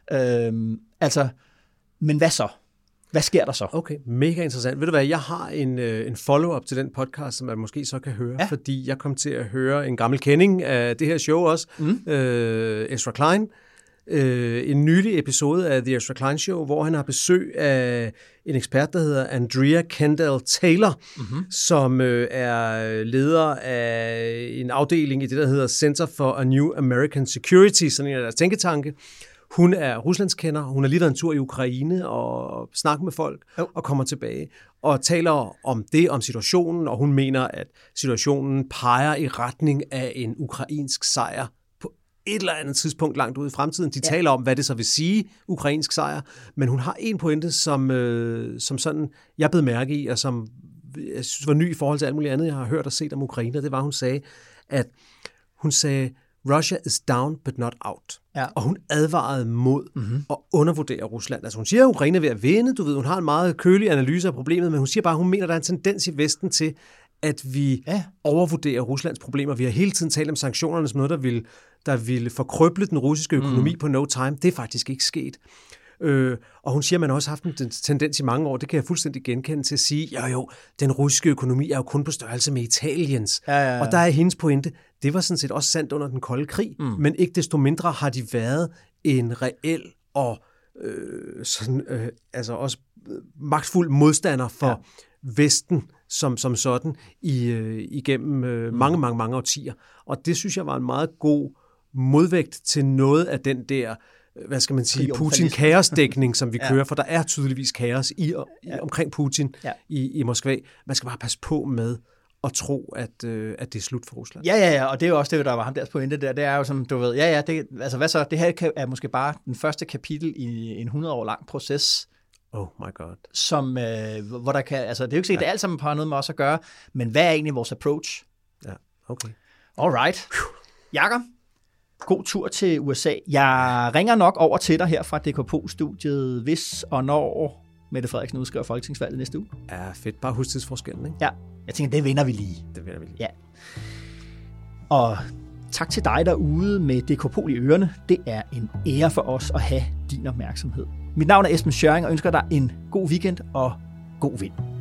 dig. Men hvad så? Hvad sker der så? Okay, mega interessant. Ved du hvad, jeg har en follow-up til den podcast, som man måske så kan høre, fordi jeg kom til at høre en gammel kending af det her show også, Ezra Klein, en nylig episode af The Ezra Klein Show, hvor han har besøg af en ekspert, der hedder Andrea Kendall Taylor, som er leder af en afdeling i det, der hedder Center for a New American Security, sådan en af deres tænketanke. Hun er ruslandskender, hun har lige været en tur i Ukraine og snakket med folk og kommer tilbage og taler om situationen, og hun mener, at situationen peger i retning af en ukrainsk sejr på et eller andet tidspunkt langt ude i fremtiden. De taler om, hvad det så vil sige, ukrainsk sejr, men hun har en pointe, som sådan, jeg blev mærke i, og som jeg synes var ny i forhold til alt muligt andet, jeg har hørt og set om Ukraine, det var, hun sagde, Russia is down, but not out. Ja. Og hun advarede mod at undervurdere Rusland. Altså hun siger, at Ukraine er ved at vinde. Du ved, hun har en meget kølig analyse af problemet, men hun siger bare, at hun mener, at der er en tendens i Vesten til, at vi overvurderer Ruslands problemer. Vi har hele tiden talt om sanktionerne som noget, der ville forkrøble den russiske økonomi på no time. Det er faktisk ikke sket. Og hun siger, at man også har haft en tendens i mange år, det kan jeg fuldstændig genkende til at sige, jo, den russiske økonomi er jo kun på størrelse med Italiens. Ja. Og der er hendes pointe, det var sådan set også sandt under den kolde krig, men ikke desto mindre har de været en reel og altså også magtfuld modstander for Vesten som sådan igennem mange årtier. Og det synes jeg var en meget god modvægt til noget af den der, hvad skal man sige, Putin-kaosdækning, som vi kører, for der er tydeligvis kaos omkring Putin i Moskva. Man skal bare passe på med at tro, at det er slut for Rusland. Ja, og det er jo også det, der var ham deres pointe der. Det er jo som, du ved, det, altså hvad så? Det her er måske bare den første kapitel i en 100 år lang proces. Oh my god. Som, hvor der kan, altså det er jo ikke sikkert, det alt sammen har noget med os at gøre, men hvad er egentlig vores approach? Ja, okay. Alright. Jakob, god tur til USA. Jeg ringer nok over til dig her fra DKP-studiet, hvis og når Mette Frederiksen udskriver folketingsvalget næste uge. Ja, fedt. Bare husk tidsforskellen, ikke? Ja, jeg tænker, det vinder vi lige. Ja. Og tak til dig derude med DKP i ørerne. Det er en ære for os at have din opmærksomhed. Mit navn er Esben Schøring, og ønsker dig en god weekend og god vind.